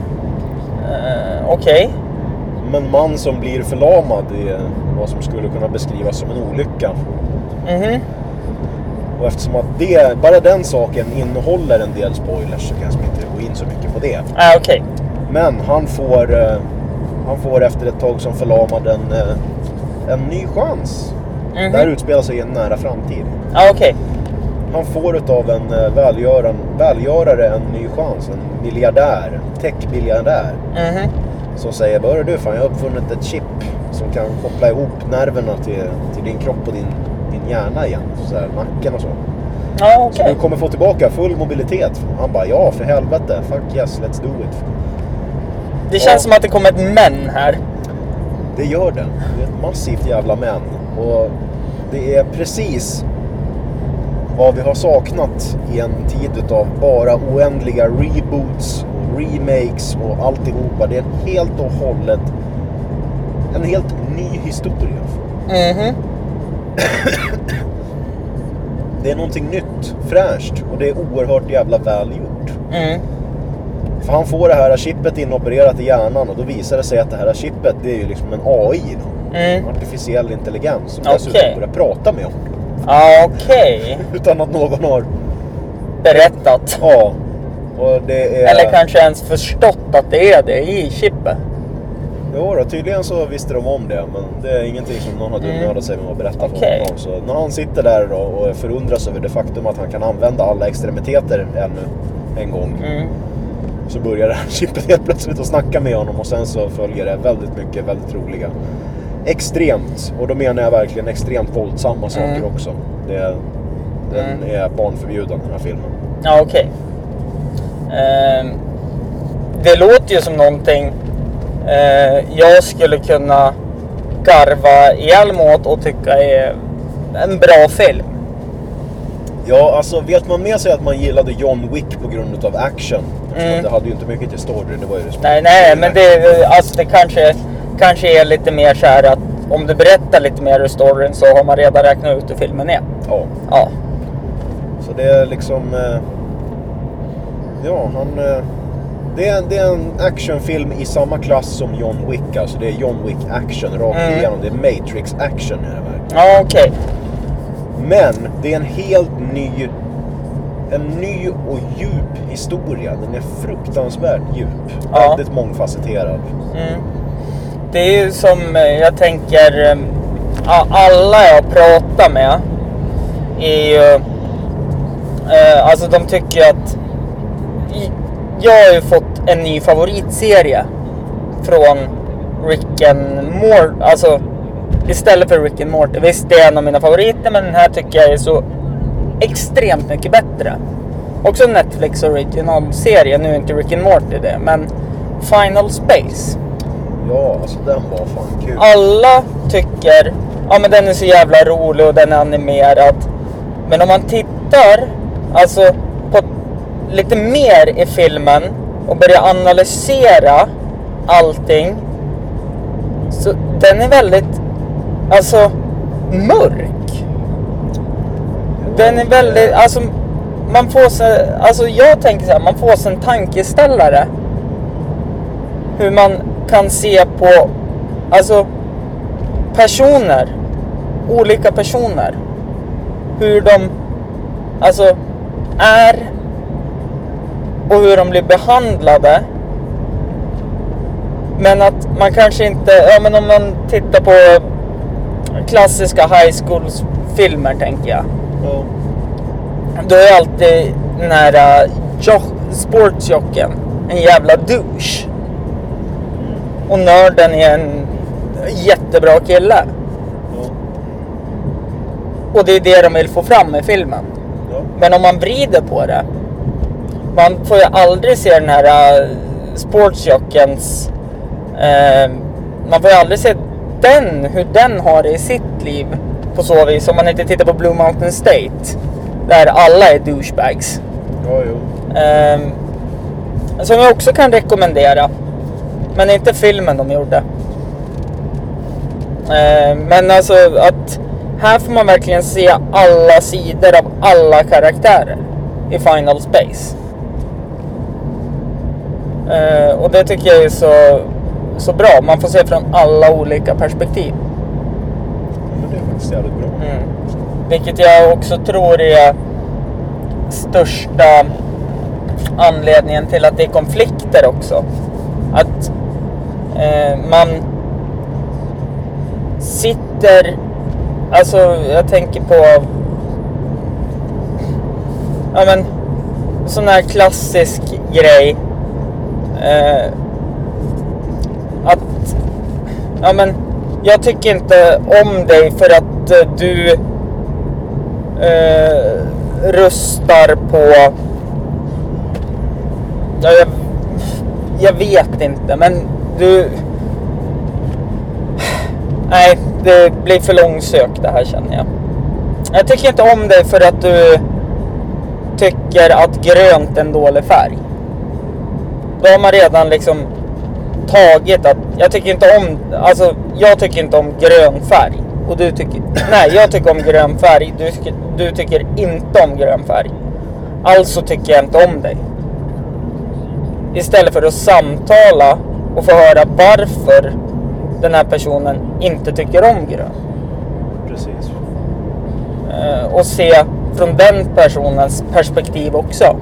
Eh, Okej. Okay. En man som blir förlamad i vad som skulle kunna beskrivas som en olycka. Mhm. Och eftersom att det, bara den saken innehåller en del spoilers så kan jag inte gå in så mycket på det. Ah, okej. Okay. Men han får, eh, han får efter ett tag som förlamad en, eh, en ny chans. Mhm. Det här utspelar sig i en nära framtid. Ah, okej. Okay. Han får utav en eh, välgörare, välgörare en ny chans. En miljardär, tech-miljardär. Mhm. Som säger, börjar du fan, jag har uppfunnit ett chip som kan koppla ihop nerverna till, till din kropp och din, din hjärna igen. Så här, nacken och så. Ja, okej. Så du kommer få tillbaka full mobilitet. Han bara, ja för helvete, fuck yes, let's do it. Det känns Ja. som att det kommer ett men här. Det gör det. Det är ett massivt jävla men. Och det är precis vad vi har saknat i en tid utav bara oändliga reboots och remakes och alltihopa. Det är en helt och hållet en helt ny historia. Mhm. Det är någonting nytt, fräscht och det är oerhört jävla väl gjort. Mm. För han får det här chippet inopererat i hjärnan och då visar det sig att det här chippet, det är ju liksom en A I då. Mm. Artificiell intelligens som Okej. dessutom börjar prata med honom. Ah, okej. Okay. Utan att någon har berättat. Ja. Och det är... Eller kanske ens förstått att det är det i chippet. Jo då, tydligen så visste de om det, men det är ingenting som någon har dumnördat sig med att berätta för Okej. honom. Så när han sitter där då och förundras över det faktum att han kan använda alla extremiteter ännu en gång, Mm. så börjar det här chippet helt plötsligt att snacka med honom, och sen så följer det väldigt mycket, väldigt roliga. Extremt, och då menar jag verkligen extremt våldsamma saker Mm. också. Det, den Mm. är barnförbjuden, den här filmen. Ja, okej. Ehm, det låter ju som någonting eh, jag skulle kunna garva ihjäl mot och tycka är en bra film. Ja, alltså vet man med sig att man gillade John Wick på grund av action? Mm. Det hade ju inte mycket till story, det var ju det. Nej, nej, men det, alltså det kanske, kanske är lite mer så här att om du berättar lite mer ur storyn så har man redan räknat ut hur filmen är. Ja. Ja. Så det är liksom... Eh, ja, han... Eh, det, är, det är en actionfilm i samma klass som John Wick. Alltså det är John Wick action rakt Mm. igenom. Det är Matrix action i det här. Ja, okej. Men det är en helt ny... En ny och djup historia. Den är fruktansvärt djup. Ja. Väldigt mångfacetterad. Mm. Det är ju som eh, jag tänker, eh, ja, alla jag pratar med är ju, eh, alltså de tycker att i- jag har ju fått en ny favoritserie från Rick and Morty, alltså istället för Rick and Morty. Visst, det är en av mina favoriter, men den här tycker jag är så extremt mycket bättre. Också en Netflix originalserie, nu är inte Rick and Morty det, men Final Space. Ja, alltså den var fan kul. Alla tycker, ja men den är så jävla rolig och den är animerad. Men om man tittar alltså på lite mer i filmen och börjar analysera allting, så den är väldigt, alltså, mörk. Den är väldigt, alltså man får sig, alltså jag tänker så här, man får sig en tankeställare hur man kan se på, alltså, personer, olika personer, hur de, alltså, är och hur de blir behandlade. Men att man kanske inte, ja men om man tittar på klassiska high school filmer, tänker jag, Ja. då är alltid den här uh, jo- sportsjocken en jävla douche. Och nörden är en jättebra kille. Ja. Och det är det de vill få fram i filmen. Ja. Men om man vrider på det, man får ju aldrig se den här uh, sportsjockens, uh, man får ju aldrig se den, hur den har det i sitt liv på så vis. Om man inte tittar på Blue Mountain State, där alla är douchebags. Ja, jo. uh, Som jag också kan rekommendera, men inte filmen de gjorde. Uh, men alltså att här får man verkligen se alla sidor av alla karaktärer i Final Space. Uh, och det tycker jag är så, så bra. Man får se från alla olika perspektiv. Ja, men det är faktiskt jävligt bra. Mm. Vilket jag också tror är största anledningen till att det är konflikter också. Att eh, man sitter, alltså jag tänker på, ja men sån här klassisk grej, eh, att, ja men jag tycker inte om dig för att eh, du eh, röstar på, ja, jag, jag vet inte, men du, nej, det blir för långsökt det här, känner jag. Jag tycker inte om dig för att du tycker att grönt är en dålig färg. Då har man redan liksom tagit att jag tycker inte om, alltså jag tycker inte om grön färg och du tycker, nej jag tycker om grön färg, du, du tycker inte om grön färg, alltså tycker jag inte om dig. Istället för att samtala och få höra varför den här personen inte tycker om grön. Precis. Uh, och se från den personens perspektiv också.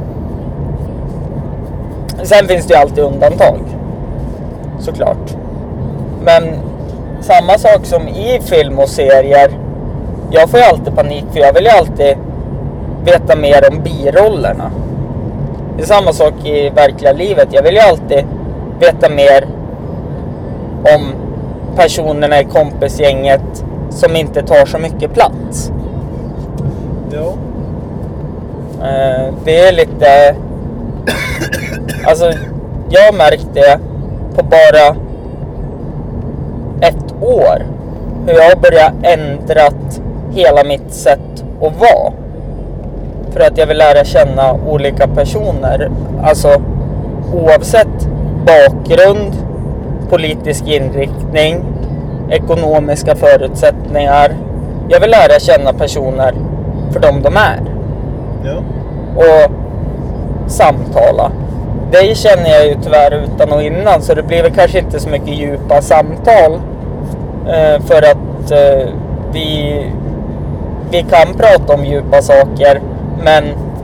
Sen finns det ju alltid undantag, såklart. Men samma sak som i film och serier, jag får ju alltid panik för jag vill ju alltid veta mer om birollerna. Det är samma sak i verkliga livet. Jag vill ju alltid veta mer om personerna i kompisgänget som inte tar så mycket plats. Ja. Eh, det är lite... Alltså, jag har märkt det på bara ett år. Hur jag har börjat ändrat hela mitt sätt att vara. För att jag vill lära känna olika personer. Alltså, oavsett bakgrund, politisk inriktning, ekonomiska förutsättningar. Jag vill lära känna personer för dem de är. Ja. Och samtala. Det känner jag ju tyvärr utan och innan, så det blir väl kanske inte så mycket djupa samtal. Eh, för att eh, vi, vi kan prata om djupa saker, men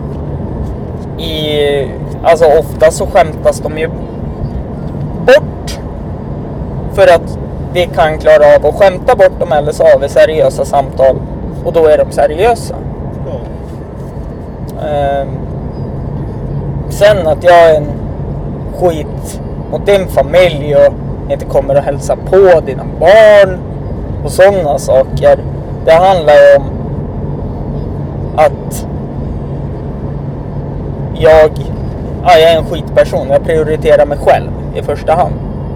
i, alltså ofta så skämtas de ju bort. För att vi kan klara av att skämta bort dem, eller så har vi seriösa samtal och då är de seriösa. Ja. Eh, sen att jag är en skit mot din familj och inte kommer att hälsa på dina barn och sådana saker. Det handlar ju om att jag, ja, jag är en skitperson. Jag prioriterar mig själv i första hand.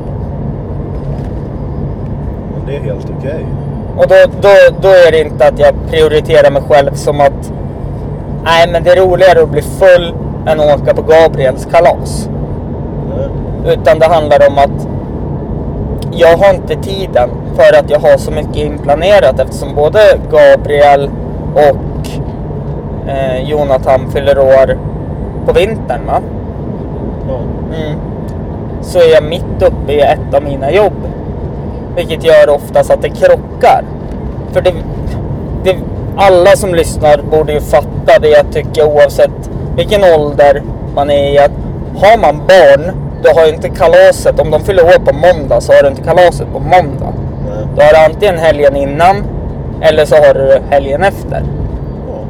Men det är helt okej. Okay. Och då, då, då är det inte att jag prioriterar mig själv som att nej, men det är roligare att bli full än att åka på Gabriels kalas. Mm. Utan det handlar om att jag har inte tiden för att jag har så mycket inplanerat, eftersom både Gabriel och eh, Jonathan fyller år på vintern, va? Ja. Mm. Så är jag mitt uppe i ett av mina jobb, vilket gör oftast att det krockar. För det, det, alla som lyssnar borde ju fatta det jag tycker, oavsett vilken ålder man är i, att har man barn, då har ju inte kalaset, om de fyller år på måndag så har du inte kalaset på måndag. Nej. Då har du antingen helgen innan eller så har du helgen efter. Ja.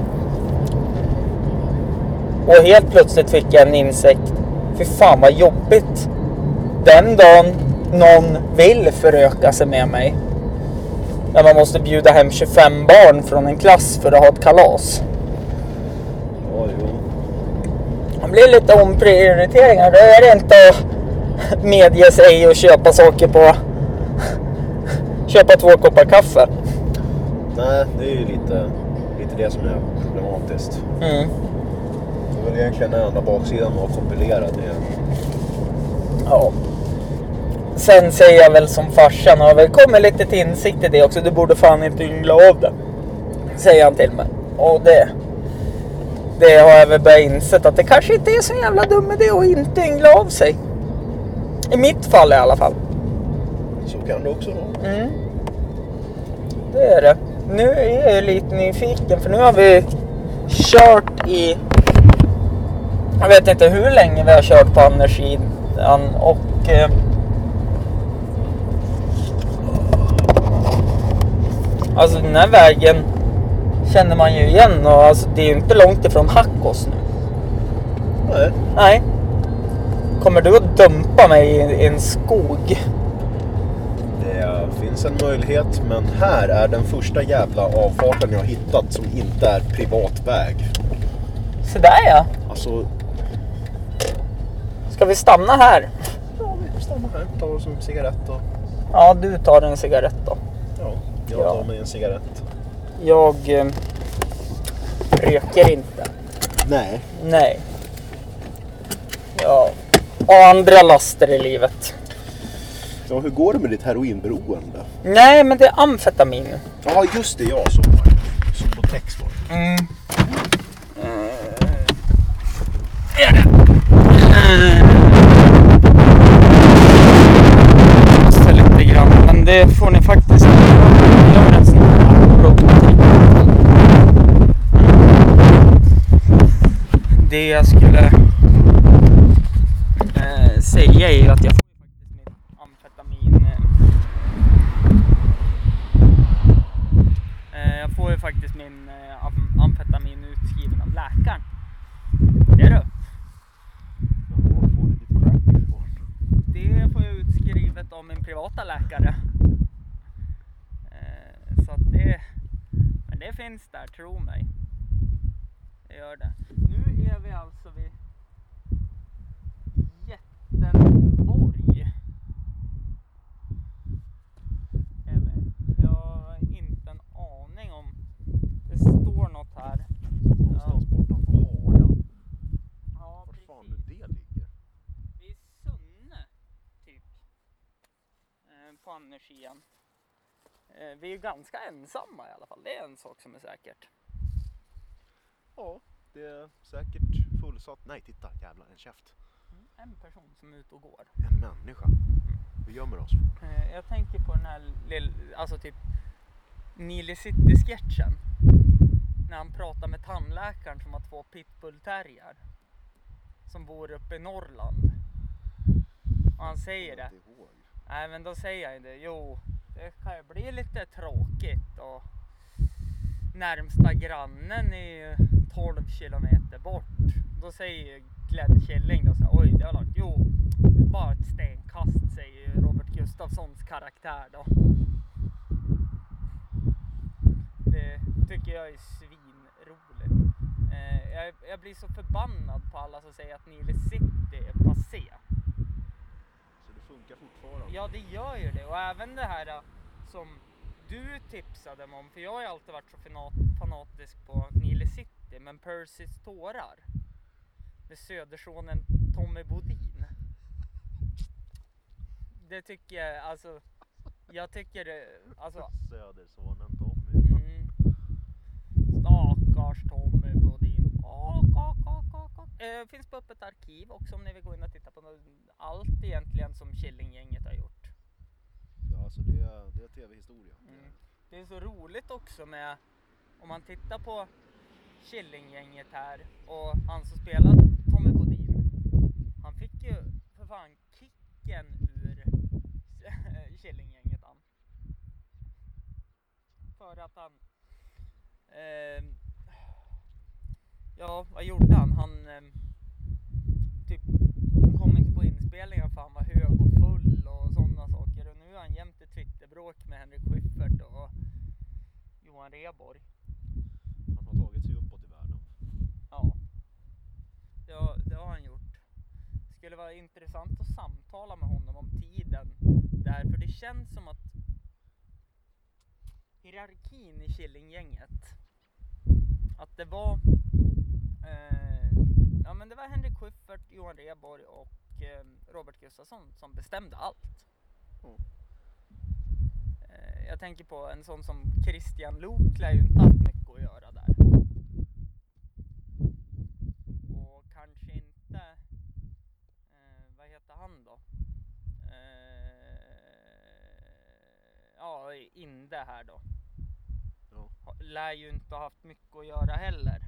Och helt plötsligt fick jag en insikt. Fy fan vad jobbigt. Den dagen någon vill föröka sig med mig, när man måste bjuda hem tjugofem barn från en klass för att ha ett kalas. Ja, jo. Det blir lite omprioriteringar. Då är det inte att medge sig och köpa saker på köpa två koppar kaffe. Nej, det är ju lite, lite det som är problematiskt. Mm. Det är väl egentligen den enda baksidan att kompilera det. Ja. Sen säger jag väl som farsan, och väl kommer lite till insikt i det också. Du borde fan inte yngla av det, säger han till mig. Och det Det har jag väl börjat insett att det kanske inte är så jävla dum idé att inte yngla av sig. I mitt fall i alla fall. Så kan det också då. Mm. Det är det. Nu är jag ju lite nyfiken, för nu har vi kört i... Jag vet inte hur länge vi har kört på energin. Och... Eh, alltså den här vägen känner man ju igen, och alltså, det är ju inte långt ifrån Hackås nu. Nej. Nej. Kommer du att dumpa mig i, i en skog? Det finns en möjlighet, men här är den första jävla avfarten jag har hittat som inte är privat väg. Så där ja. Alltså... Ska vi stanna här? Ja, vi stannar här. Tar oss en cigarett och... Ja, du tar en cigarett då. Ja, jag Ja. tar mig en cigarett. Jag eh, röker inte. Nej. Nej. Ja. Och andra laster i livet. Ja, hur går det med ditt heroinberoende? Nej, men det är amfetamin. Ja, just det, ja. Så var det. Som på text var det. Mm. Så lite grann, men det får ni faktiskt göra en sån här roadtrip. det jag skulle eh, säga är ju att jag får ju faktiskt mitt amfetamin eh, jag får ju faktiskt min eh, am- amfetamin utskriven av läkaren. Det är det. Det får jag utskrivet av min privata läkare. Eh, så att det, men det finns där, tro mig. Det gör det. Nu är vi alltså vid Jättenborg. Är vi. Jag har inte en aning om det står något här. Någonstans bortanför Harda. Ja, Var precis. fan nu det ligger? Vid Sunne, typ. Eh, på Andersian. Eh, vi är ganska ensamma i alla fall. Det är en sak som är säkert. Ja, det är säkert fullsatt. Nej, titta, jävlar, en käft. Mm, en person som är ute och går. En människa. Vi gömmer oss. Eh, jag tänker på den här lill, alltså typ Nile City-sketchen. När han pratar med tandläkaren som har två pitbullterrier. Som bor uppe i Norrland. Och han säger det. Nej, men då säger han det. Jo, det kan ju bli lite tråkigt. Och närmsta grannen är ju tolv kilometer bort. Då säger Glenn Killing då så här, oj, det har lagt. Jo, det är bara ett stenkast, säger ju Robert Gustafssons karaktär då. Det tycker jag är svinroligt. Eh, jag, jag blir så förbannad på alla som säger att Nile City är passé. Så det funkar fortfarande? Ja, det gör ju det. Och även det här uh, som du tipsade mig om. För jag har ju alltid varit så fanat- fanatisk på Nile City. Men Percys tårar. Med södersonen Tommy Bodin. Det tycker jag, alltså. Jag tycker det, alltså. Södersonen Tommy. Mm, stackars Tommy Bodin. Åh, åh, åh, åh, åh. Eh, finns på öppet arkiv också om ni vill gå in och titta på något, allt egentligen som Killinggänget har gjort. Ja, alltså det är, det är tv-historia. Mm. Det är så roligt också med, om man tittar på Killinggänget här och han som spelar Tommy Bodin. Han fick ju för fan kicken ur Killinggänget han. För att han eh, ja, vad gjorde han? Han eh, typ han kom inte på inspelningen för han var hög och full och sådana saker. Och nu är han jämt i Twitterbråk med Henrik Schyffert och Johan Rheborg. Han har tagit sig uppåt i världen. Ja, ja, det har han gjort. Det skulle vara intressant att samtala med honom om tiden där, för det känns som att hierarkin i Killinggänget, att det var eh, ja men det var Henrik Schyffert, Johan Rheborg och eh, Robert Gustafsson som bestämde allt. Mm. Eh, jag tänker på en sån som Christian Luuk lär ju inte haft mycket att göra där. Och kanske inte eh, vad heter han då? Eh, ja, Inde här då. Ja. Lär ju inte ha haft mycket att göra heller.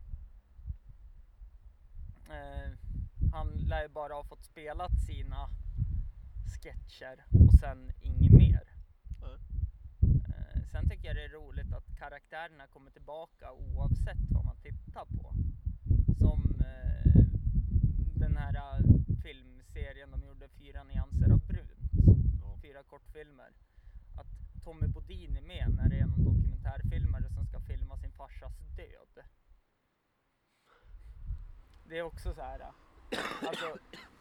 Eh, han lär ju bara ha fått spelat sina sketcher och sen inget mer. Nej. Eh, sen tycker jag det är roligt att karaktärerna kommer tillbaka oavsett vad man tittar på. Som eh, den här uh, filmserien de gjorde, Fyra nyanser av brunt. Ja. Fyra kortfilmer. Att Tommy Bodin är med när det är någon dokumentärfilmare som ska filma sin farsas död. Det är också så här. Alltså,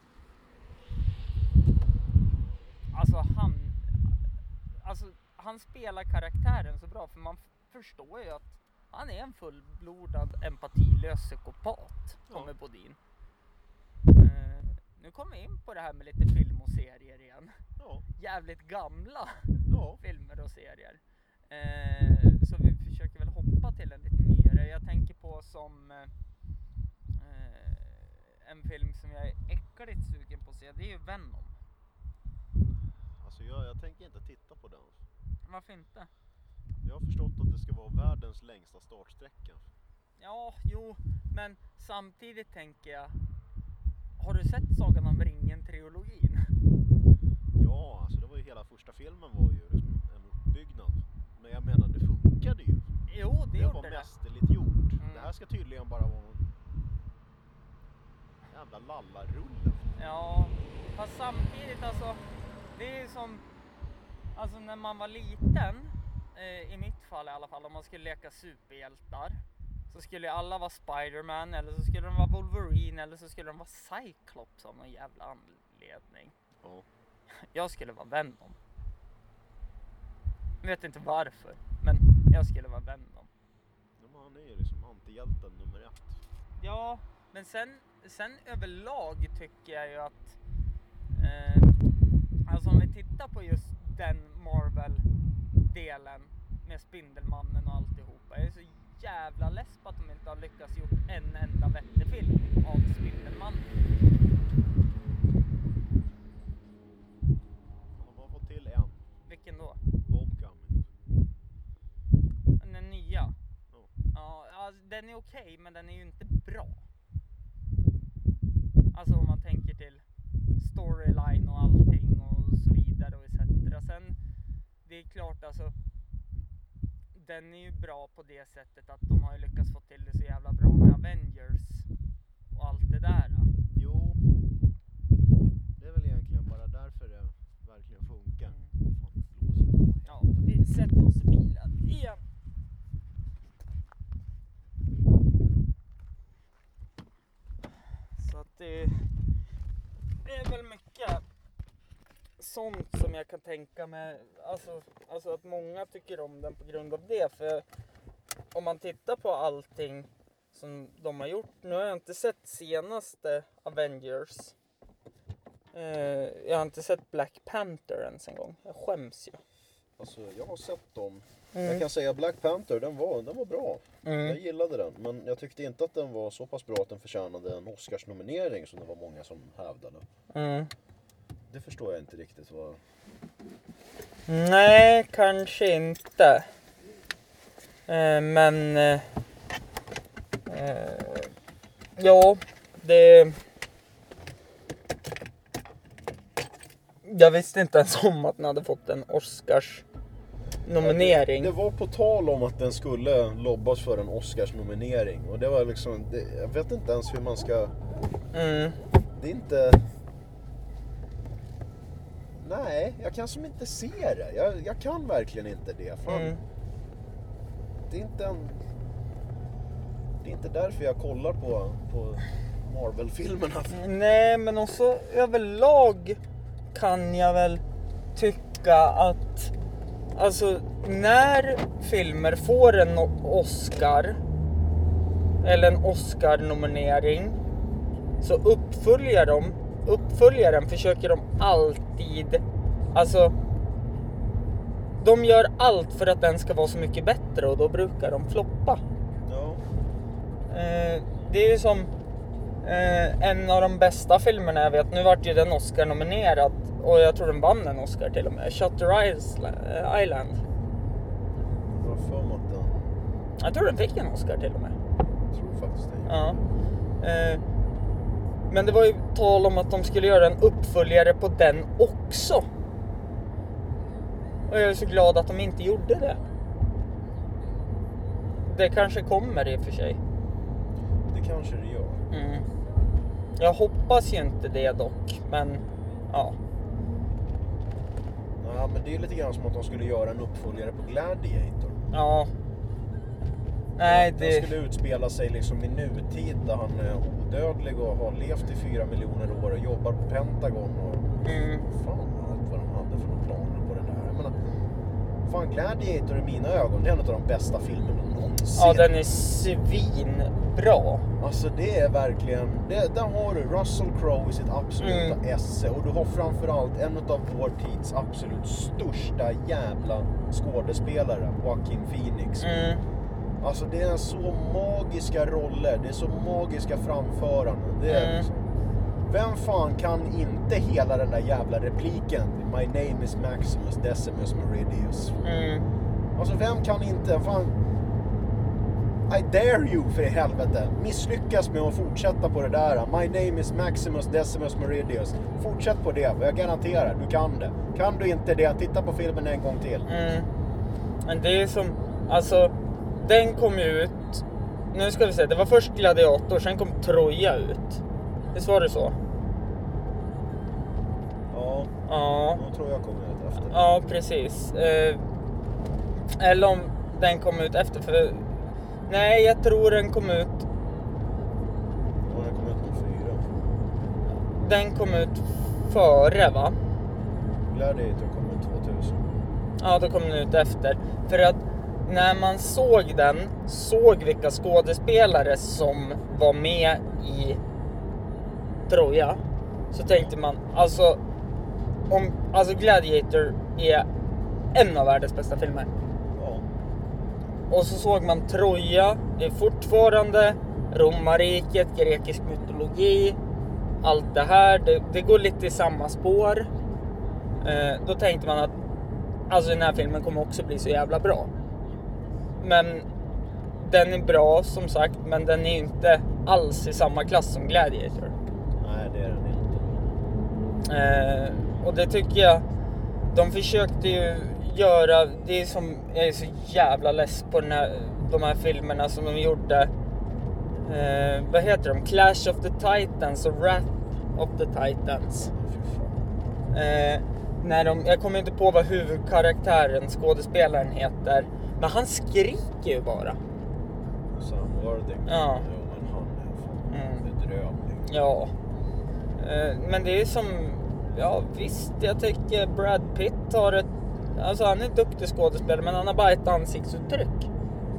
alltså han alltså han spelar karaktären så bra, för man f- förstår ju att han är en fullblodad empatilös psykopat, Tommy Ja. Bodin. Uh, nu kommer vi in på det här med lite film och serier igen. Ja. Jävligt gamla Ja. filmer och serier. Eh, så vi försöker väl hoppa till en lite nyare. Jag tänker på som eh, en film som jag är äckligt sugen på att se. Det är ju Venom. Alltså jag, jag tänker inte titta på den. Varför inte? Jag har förstått att det ska vara världens längsta startsträcka. Ja, jo, men samtidigt tänker jag, har du sett Sagan om ringen-trilogin? Ja, alltså det var ju hela första filmen var ju liksom en uppbyggnad. Men jag menar, det funkade ju. Jo, det, Det gjorde var det. mästerligt gjort. Mm. Det här ska tydligen bara vara någon jävla lallarulle. Ja, fast samtidigt alltså, det är som, alltså när man var liten, eh, i mitt fall i alla fall, om man skulle leka superhjältar, så skulle ju alla vara Spider-Man, eller så skulle de vara Wolverine, eller så skulle de vara Cyclops av någon jävla anledning. Ja. Jag skulle vara Venom. Jag vet inte varför, men jag skulle vara Venom. Men han är ju liksom antihjälten nummer ett. Ja, men sen, sen överlag tycker jag ju att eh, alltså om vi tittar på just den Marvel-delen med Spindelmannen och alltihopa, jag är så jävla less på att de inte har lyckats gjort en enda vettig film av Spindelmannen. De har fått till en. Vilken då? Homecoming. Den nya? Ja. Ja, alltså, den är okej, men den är ju inte bra. Alltså om man tänker till storyline och allting och så vidare och et cetera. Sen, det är klart alltså, den är ju bra på det sättet att de har ju lyckats få till det så jävla bra med Avengers och allt det där. Jo, det är väl egentligen bara därför det verkligen funkar. Mm. Fan, det blåser idag. Ja, vi sätter oss i bilen igen. Så att det, det är väl mycket sånt som jag kan tänka mig. Alltså, alltså att många tycker om den på grund av det. För om man tittar på allting som de har gjort. Nu har jag inte sett senaste Avengers. Eh, jag har inte sett Black Panther ens en gång. Jag skäms ju. Alltså, jag har sett dem. Mm. Jag kan säga Black Panther, den var, den var bra. Mm. Jag gillade den, men jag tyckte inte att den var så pass bra att den förtjänade en Oscarsnominering som det var många som hävdade. Mm. Det förstår jag inte riktigt vad... Nej, kanske inte. Eh, men... Eh, eh, ja, det... Jag visste inte ens om att den hade fått en Oscars nominering. Det, det var på tal om att den skulle lobbas för en Oscars-nominering. Och det var liksom... Det, jag vet inte ens hur man ska... Mm. Det är inte... Nej, jag kan som inte se det. Jag, jag kan verkligen inte det. Fan. Mm. Det är inte en... Det är inte därför jag kollar på, på Marvel-filmerna. Nej, men också överlag kan jag väl tycka att alltså när filmer får en Oscar eller en Oscar-nominering så uppföljer de uppföljaren försöker de alltid, alltså de gör allt för att den ska vara så mycket bättre och då brukar de floppa. Ja. Eh, det är ju som eh, en av de bästa filmerna jag vet. Nu vart ju den Oscar nominerad och jag tror den vann en Oscar till och med. Shutter Island. Jag har för mig att den... Jag tror den fick en Oscar till och med. Jag tror faktiskt det. Ja. Eh, men det var ju tal om att de skulle göra en uppföljare på den också. Och jag är så glad att de inte gjorde det. Det kanske kommer i och för sig. Det kanske det gör. Mm. Jag hoppas ju inte det dock, men ja. Ja, men det är lite grann som att de skulle göra en uppföljare på Gladiator. Ja. Nej, Den det... skulle utspela sig liksom i nutid där han är odödlig och har levt i fyra miljoner år och jobbar på Pentagon och... Mm. Fan, allt vad de hade för planer på det där. Jag menar, fan, Gladiator i mina ögon, det är en av de bästa filmerna någonsin. Ja, den är svinbra. Alltså det är verkligen, det, där har du Russell Crowe i sitt absoluta Mm. esse. Och du har framförallt en av vår tids absolut största jävla skådespelare, Joaquin Phoenix. Mm. Alltså det är så magiska roller, det är så magiska framföranden. Det är Mm. liksom, vem fan kan inte hela den där jävla repliken? My name is Maximus Decimus Meridius. Mm. Alltså vem kan inte, fan... I dare you, för i helvete. Misslyckas med att fortsätta på det där. My name is Maximus Decimus Meridius. Fortsätt på det, jag garanterar, du kan det. Kan du inte det, titta på filmen en gång till. Mm. Men det är som, alltså, den kom ju ut, nu ska vi se, det var först Gladiator, sen kom Troja ut. Visst var det så? Ja, Ja. då tror jag kommer ut efter. Ja, precis. Eh, eller om den kom ut efter, för nej, jag tror den kom ut Ja, den kom ut med fyra. Den kom ut före, va? Gladiator kom ut tvåtusen. Ja, då kom den ut efter. För att när man såg den, såg vilka skådespelare som var med i Troja, så tänkte man, alltså, om, alltså Gladiator är en av världens bästa filmer. Ja. Och så såg man Troja, det är fortfarande romarriket, grekisk mytologi, allt det här, det, det går lite i samma spår. Eh, då tänkte man att alltså den här filmen kommer också bli så jävla bra. Men den är bra som sagt, men den är inte alls i samma klass som Gladiator. Nej, det är den inte. Eh, och det tycker jag, de försökte ju göra, det är som, jag är så jävla less på den här, de här filmerna som de gjorde. Eh, vad heter de? Clash of the Titans och Wrath of the Titans. Eh, när de, jag kommer inte på vad huvudkaraktären, skådespelaren heter, men han skriker ju bara. Sam Worthing. Ja. Jo, men han är fan Mm. bedrövlig. Ja. Eh, men det är som, ja visst, jag tycker Brad Pitt har ett, alltså han är en duktig skådespelare, men han har bara ett ansiktsuttryck.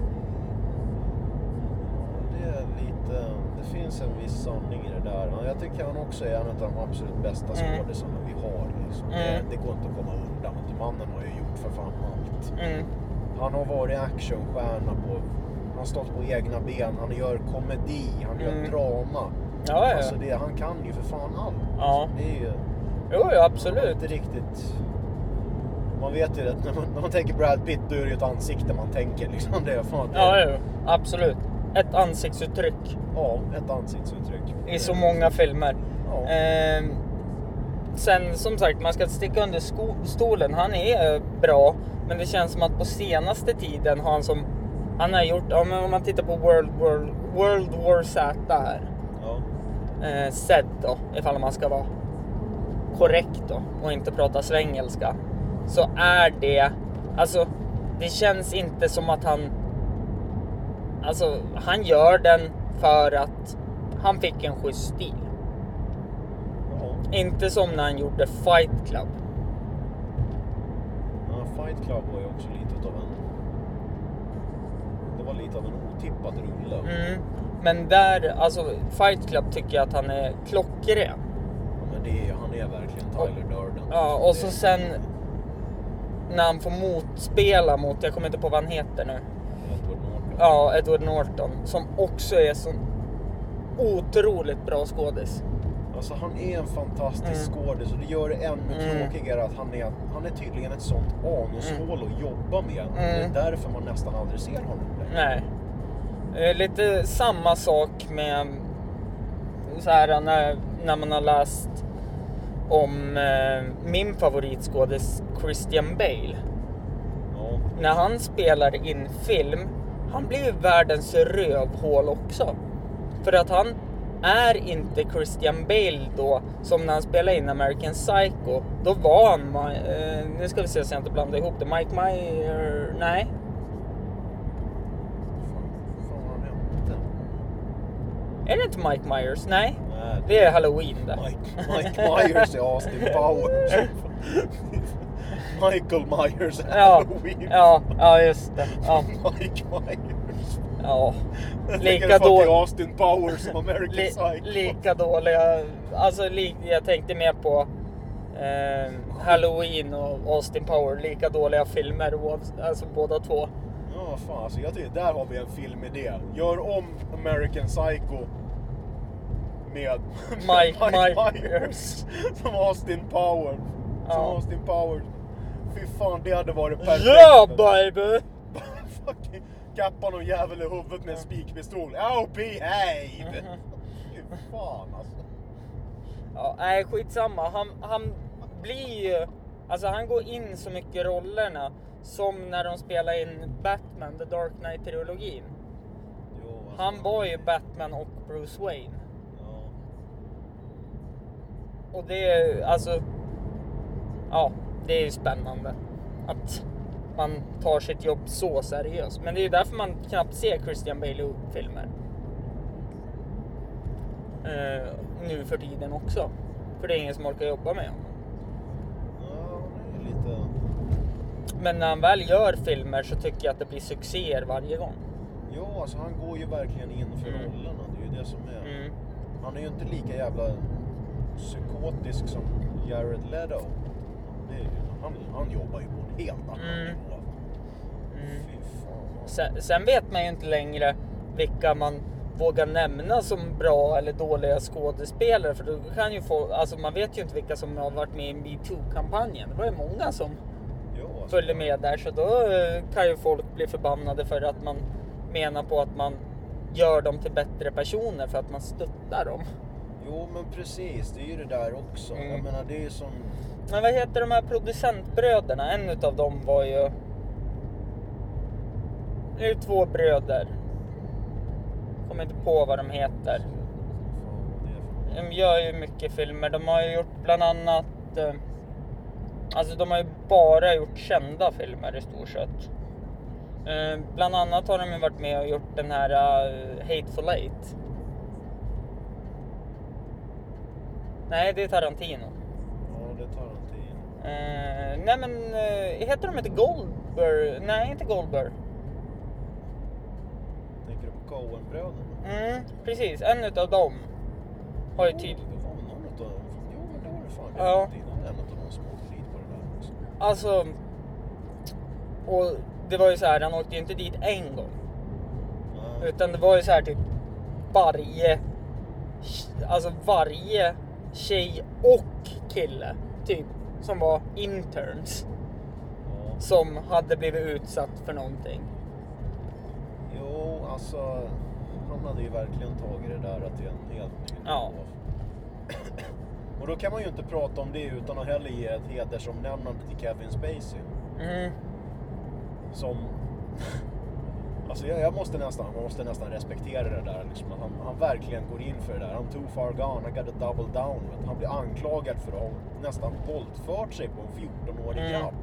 Det är lite, det finns en viss sanning i det där. Jag tycker han också är en av de absolut bästa Mm. skådespelarna vi har. Liksom. Mm. Det, det går inte att komma undan. Mannen har ju gjort för fan allt. Mm. Han har varit actionstjärna på, han har stått på egna ben, han gör komedi, han gör Mm. drama. Ja, ja. Alltså det, han kan ju för fan allt. Ja. Det är ju Jo, ja, absolut. inte riktigt. Man vet ju att när man, när man tänker Brad Pitt, då är det ju ett ansikte man tänker liksom. Det är fan, det, Ja, ja, absolut. Ett ansiktsuttryck ja, ett ansiktsuttryck. i så många filmer. Ja. Eh, sen som sagt, man ska sticka under sko- stolen. Han är bra, men det känns som att på senaste tiden har han som han har gjort, ja, men om man tittar på World, World, World War Z här. Ja. Eh, Z då, ifall man ska vara korrekt då och inte prata svengelska, så är det, alltså det känns inte som att han, alltså han gör den för att han fick en schysst stil. Ja. Inte som när han gjorde Fight Club. Ja, Fight Club var ju också lite av en, det var lite av en otippad rulle. Mm. Men där, alltså Fight Club tycker jag att han är klockren. Men det är, han är verkligen Tyler Durden. Ja, och så sen när han får motspela mot, jag kommer inte på vad han heter nu. Edward Norton. Ja, Edward Norton, som också är så otroligt bra skådis. Alltså han är en fantastisk Mm. skådis, och det gör det ännu Mm. tråkigare att han är, han är tydligen ett sånt anushål att jobba med. Mm. Det är därför man nästan aldrig ser honom längre. Nej. Eh, Lite samma sak med så här när, när man har läst om eh, min favoritskådis Christian Bale. Ja. När han spelar in film, han blir ju världens rövhål också. För att han är inte Christian Bale då, som när han spelade in American Psycho. Då var han, eh, nu ska vi se så jag inte blandar ihop det, Mike Myers, nej. Fan, fan vad han hette. Är det inte Mike Myers? Nej. Nej, Det är Halloween där. Mike, Mike Myers är Austin Powers. Michael Myers är Ja, Halloween. ja, ja just det. Ja, Mike Myers. ja. Jag Lika tänker för att det är då, Austin Powers som American li, Psycho. lika dåliga, alltså li, jag tänkte mer på eh, Halloween och Austin Power, lika dåliga filmer, oavs- alltså båda två. Ja, fan, alltså jag tycker där har vi en filmidé. Gör om American Psycho med Mike Myers Myers. som Austin Powers. Som Ja. Austin Powers. Fy fan, det hade varit perfekt. Ja, baby! Fucking, kappa någon jävel i huvudet med en spikpistol. Oh, behave! Fy fan alltså. Ja, nej, skitsamma. Han, han blir ju... Alltså han går in så mycket i rollerna som när de spelar in Batman, The Dark Knight-trilogin. Jo, alltså, Han var ju Batman och Bruce Wayne. Ja. Och det är alltså... Ja, det är ju spännande. Att man tar sitt jobb så seriöst. Men det är ju därför man knappt ser Christian Bale-filmer. Uh, nu för tiden också. För det är ingen som orkar jobba med honom. Ja, det är lite... Men när han väl gör filmer så tycker jag att det blir succéer varje gång. Jo, alltså han går ju verkligen in för Mm. rollerna. Det är ju det som är... Mm. Han är ju inte lika jävla psykotisk som Jared Leto. Det är ju, han, han jobbar ju på en helt annan Mm. nivå. Mm. Fy fan. Sen, sen vet man ju inte längre vilka man vågar nämna som bra eller dåliga skådespelare. För då kan ju få, alltså man vet ju inte vilka som har varit med i MeToo-kampanjen. Det var ju många som Jo, alltså, följde med där. Så då eh, kan ju folk bli förbannade för att man menar på att man gör dem till bättre personer för att man stöttar dem. Jo, men precis. Det är ju det där också. Mm. Jag menar, det är ju som... Men vad heter de här producentbröderna? En utav dem var ju... Det är ju två bröder. Kommer inte på vad de heter. Fan, det är för... De gör ju mycket filmer. De har ju gjort bland annat... eh, Alltså de har ju bara gjort kända filmer i stort sett. Eh, Bland annat har de ju varit med och gjort den här eh, Hateful Eight. Nej, det är Tarantino. Ja, det tar en tid. Eh, nej men, eh, heter de inte Goldberg? Nej, inte Goldberg. Tänker du på Coen-bröderna? Mm, precis. En utav dem har ju tydligt... Det var väl någon utav dem. Jo, men det var det fan. Ja. Det var en utav dem som åkte dit på det där också. Alltså... Och det var ju så här, han åkte ju inte dit en gång. Nej. Utan det var ju så här typ varje... Alltså varje tjej och kille typ som var interns Ja. som hade blivit utsatt för någonting. Jo, alltså... Han hade ju verkligen tagit det där till en helt ny Ja. nivå. Och då kan man ju inte prata om det utan att heller ge ett hedersomnämnande till Kevin Spacey. Mm. Som... Alltså jag, jag måste nästan, man måste nästan respektera det där. Liksom, att han, han verkligen går in för det där. I'm too far gone, I gotta double down. Vet. Han blir anklagad för att ha nästan våldfört sig på en fjorton-årig Mm. grabb.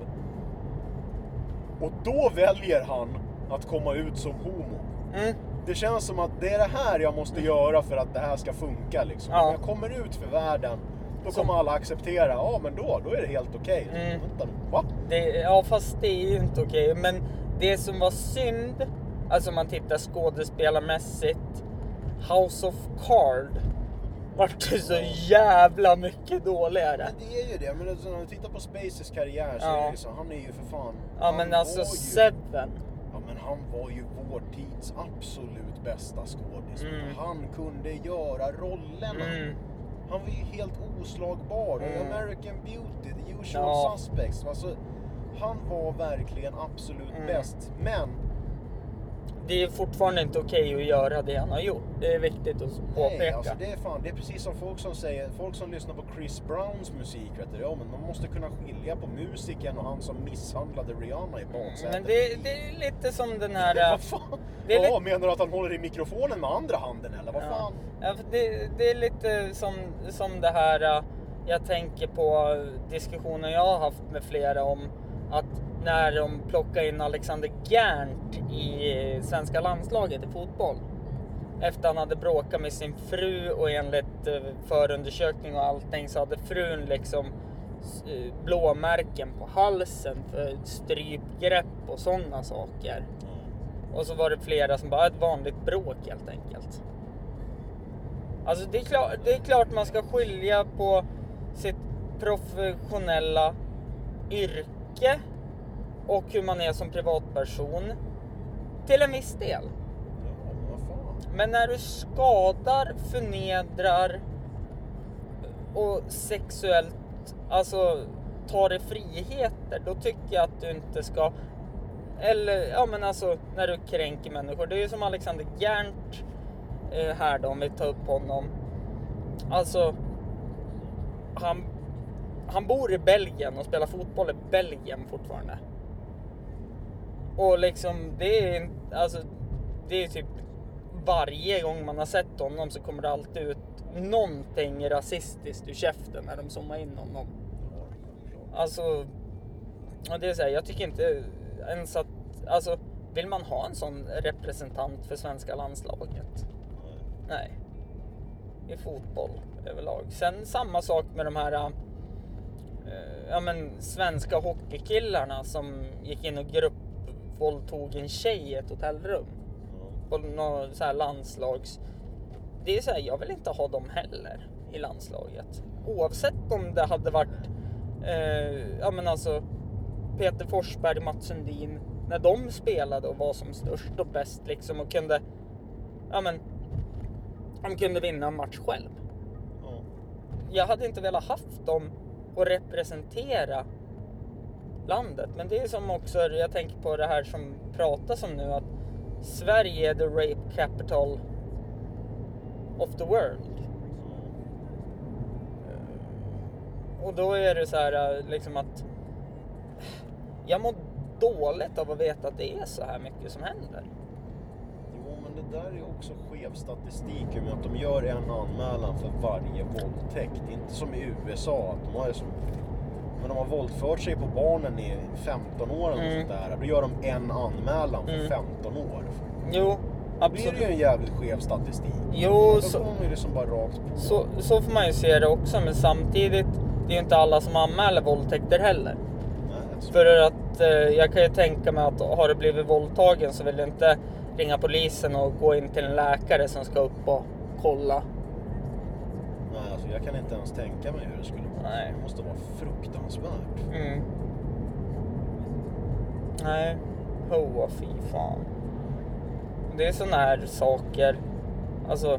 Och då väljer han att komma ut som homo. Mm. Det känns som att det är det här jag måste göra för att det här ska funka. Liksom. Ja. Om jag kommer ut för världen, då Som- kommer alla acceptera. Ja, men då, då är det helt okej. Mm. Vänta nu, va? Det, ja, fast det är ju inte okej. Men det som var synd, alltså om man tittar skådespelarmässigt, House of Card vart det så jävla mycket dåligare. Men det är ju det. Men alltså, när du tittar på Spaceys karriär så Ja. är det ju så. Han är ju för fan... Ja, han men var alltså ju, Seven. Ja, men han var ju vår tids absolut bästa skådis. Mm. Han kunde göra rollerna. Mm. Han var ju helt oslagbar. Mm. American Beauty, The Usual Ja. Suspects. Alltså, han var verkligen absolut Mm. bäst. Men Det är fortfarande inte okej att göra det han har gjort. Det är viktigt att påpeka. nej, alltså det är fan, det är precis som folk som säger, folk som lyssnar på Chris Browns musik, vet du, ja, men man måste kunna skilja på musiken och han som misshandlade Rihanna i baksätet. Men det, det är lite som den här... Vad fan? Det är Ja, lite- menar du att han håller i mikrofonen med andra handen eller vad fan? Ja, för det, det är lite som, som det här, äh, jag tänker på diskussioner jag har haft med flera om att när de plockar in Alexander Gärnt i svenska landslaget i fotboll. Efter han hade bråkat med sin fru och enligt äh, förundersökning och allting så hade frun liksom äh, blåmärken på halsen för strypgrepp och sådana saker. Och så var det flera som bara, ett vanligt bråk helt enkelt. Alltså det är, klart, det är klart man ska skilja på sitt professionella yrke och hur man är som privatperson till en viss del. Ja, men vad fan? Men när du skadar, förnedrar och sexuellt, alltså tar dig friheter, då tycker jag att du inte ska Eller, ja men alltså, när du kränker människor. Det är ju som Alexander Gärnt eh, här då, om vi tar upp honom. Alltså, han, han bor i Belgien och spelar fotboll i Belgien fortfarande. Och liksom, det är, alltså, det är typ varje gång man har sett honom så kommer det alltid ut någonting rasistiskt ur käften när de zoomar in honom. Alltså, det är så här, jag tycker inte ens att, alltså, vill man ha en sån representant för svenska landslaget? Nej. I fotboll överlag. Sen samma sak med de här äh, ja men svenska hockeykillarna som gick in och gruppvåldtog en tjej i ett hotellrum. På någon så här landslags. Det är så här, jag vill inte ha dem heller i landslaget. Oavsett om det hade varit eh, ja men alltså Peter Forsberg, Mats Sundin, när de spelade och var som störst och bäst liksom och kunde, ja men de kunde vinna en match själv. Mm. Jag hade inte velat haft dem och representera landet, men det är som också, jag tänker på det här som pratas om nu, att Sverige är the rape capital of the world. Och då är det så här liksom att jag mår dåligt av att veta att det är så här mycket som händer. Jo, men det där är också skev statistik med att de gör en anmälan för varje våldtäkt. Inte som i U S A, att de har som, men de har våldfört sig på barnen i femton år och mm. sånt där. Då gör de en anmälan för mm. femton år. Jo, absolut. Det blir ju en jävligt skev statistik. Jo, då så, kommer ju det som bara rakt på. Så, så får man ju se det också, men samtidigt, det är ju inte alla som anmäler våldtäkter heller. Nej, för att eh, jag kan ju tänka mig att har det blivit våldtagen så vill du inte ringa polisen och gå in till en läkare som ska upp och kolla. Nej, alltså jag kan inte ens tänka mig hur det skulle vara. Nej. Det måste vara fruktansvärt. Mm. Nej, hoa fy fan. Det är såna här saker. Alltså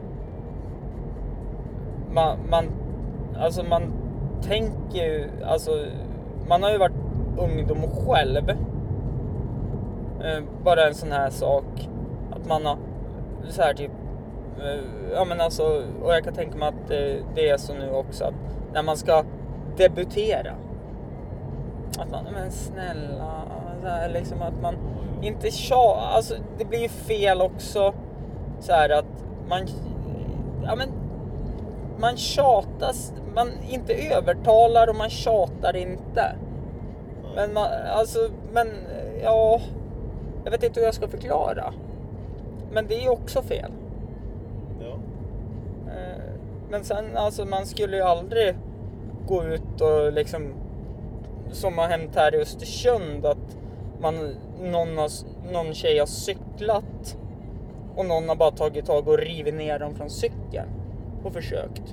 man, man alltså man tänker ju, alltså man har ju varit ungdom själv. Eh, bara en sån här sak att man har så här typ eh, ja men alltså, och jag kan tänka mig att eh, det är så nu också att när man ska debutera att man, men snälla så här, liksom att man inte tja, alltså det blir ju fel också så här att man, ja men man tjatas, man inte övertalar och man tjatar inte. Men man, alltså, men ja, jag vet inte hur jag ska förklara. Men det är ju också fel. Ja. Men sen, alltså man skulle ju aldrig gå ut och liksom, som har hänt här i Östersund, att man, någon, har, någon tjej har cyklat och någon har bara tagit tag och rivit ner dem från cykeln och försökt.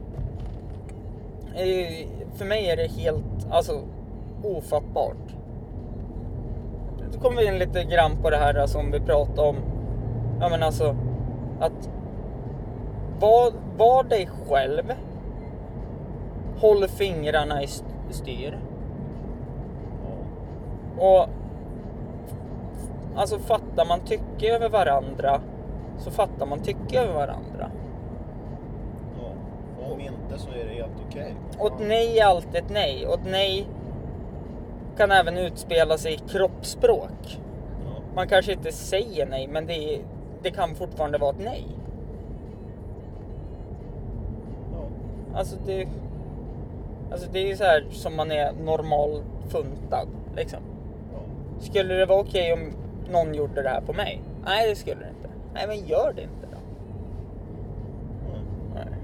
För mig är det helt, alltså, ofattbart. Så kommer vi in lite grann på det här som vi pratade om. Ja men alltså, att var, var dig själv, håll fingrarna i styr. Och alltså fattar man tycke över varandra, så fattar man tycke över varandra. Ja, och om inte så är det helt okej. Okay. Och ett nej är alltid ett nej. Och ett nej kan även utspela sig i kroppsspråk. Ja. Man kanske inte säger nej, men det, är, det kan fortfarande vara ett nej. Ja. Alltså det, alltså det är ju så här som man är normal funtad liksom. Ja. Skulle det vara okej om någon gjorde det här på mig? Nej, det skulle det inte. Nej, men gör det inte då. Mm. Nej.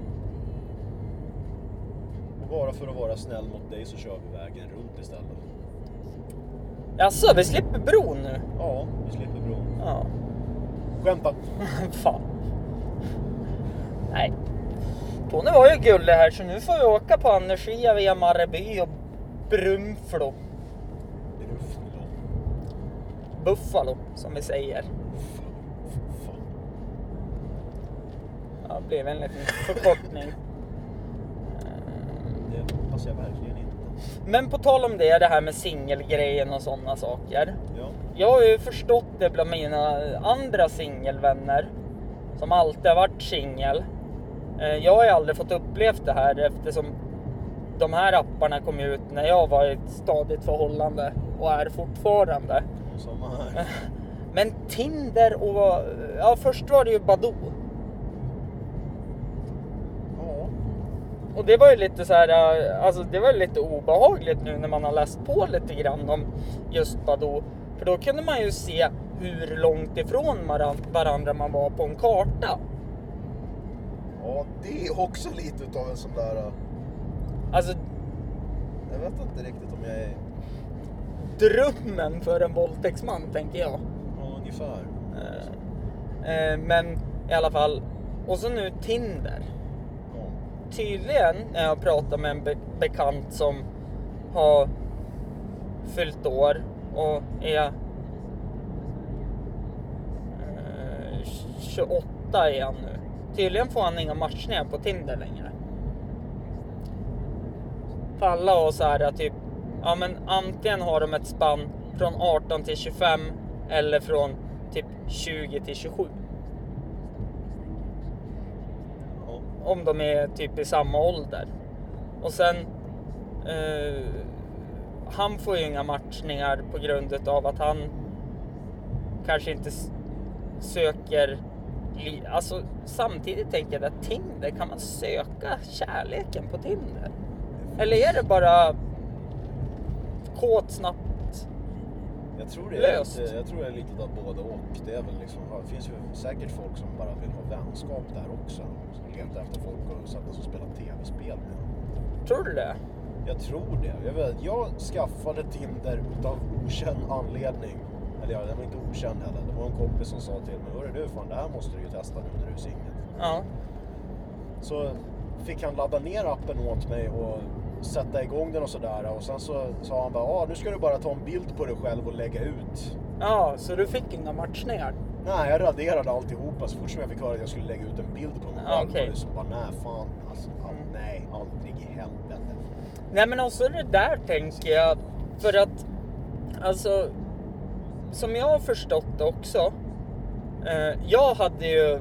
Och bara för att vara snäll mot dig så kör vi vägen runt istället. Jaså, vi slipper bron nu? Ja, vi slipper bron. Ja. Skämta. Fan. Nej. Tony var ju gullig här, så nu får vi åka på Energia via Marreby och Brunflo. Brunflo. Buffalo, som vi säger. Ja, det blev en liten förkortning. Det hoppas jag verkligen inte. Men på tal om det, det här med singelgrejen och sådana saker. Ja. Jag har ju förstått det bland mina andra singelvänner som alltid har varit singel. Jag har ju aldrig fått upplevt det här eftersom de här apparna kom ut när jag var i ett stadigt förhållande och är fortfarande. Samma här. Men Tinder och... Ja, först var det ju Badoo. Ja. Och det var ju lite så här, alltså det var lite obehagligt nu när man har läst på lite grann om just Badoo. För då kunde man ju se hur långt ifrån varandra man var på en karta. Ja, det är också lite utav en sån där... Alltså... Jag vet inte riktigt om jag är... Drömmen för en våldtäktsman, tänker jag. Ja, ungefär. Eh, eh, men i alla fall... Och så nu Tinder. Ja. Tydligen när jag pratar med en be- bekant som har fyllt år och är eh, tjugoåtta är han nu. Tydligen får han inga matchningar på Tinder längre. För alla har så här typ, ja men antingen har de ett spann från arton till tjugofem eller från typ tjugo till tjugosju. Ja. Om de är typ i samma ålder. Och sen eh, han får ju inga matchningar på grund av att han kanske inte s- söker li- alltså samtidigt tänker jag att Tinder, kan man söka kärleken på Tinder? Eller är det bara kåt snabbt? Jag tror det är Löst. lite, jag tror det är lite av både och. Det är väl liksom, det finns ju säkert folk som bara vill ha vänskap där också. Som letar efter folk och sätter sig och spelar tv-spel med. Tror du det? Jag tror det. Jag vet, jag skaffade Tinder utav okänd anledning. Eller ja, den var inte okänd heller. Det var en kompis som sa till mig, hörru du fan, det här måste du ju testa nu när du är singel. Ja. Så fick han ladda ner appen åt mig och sätta igång den och sådär. Och sen så sa han bara, ah, nu ska du bara ta en bild på dig själv och lägga ut. Ja, så du fick inga matchningar? Nej, jag raderade alltihopa. Så fort som jag fick höra att jag skulle lägga ut en bild på mig Ja, själv, okej. var det som bara, nej fan, alltså, all, nej, aldrig i helvete. Nej men också det där tänker jag, för att alltså som jag har förstått det också, eh, jag hade ju,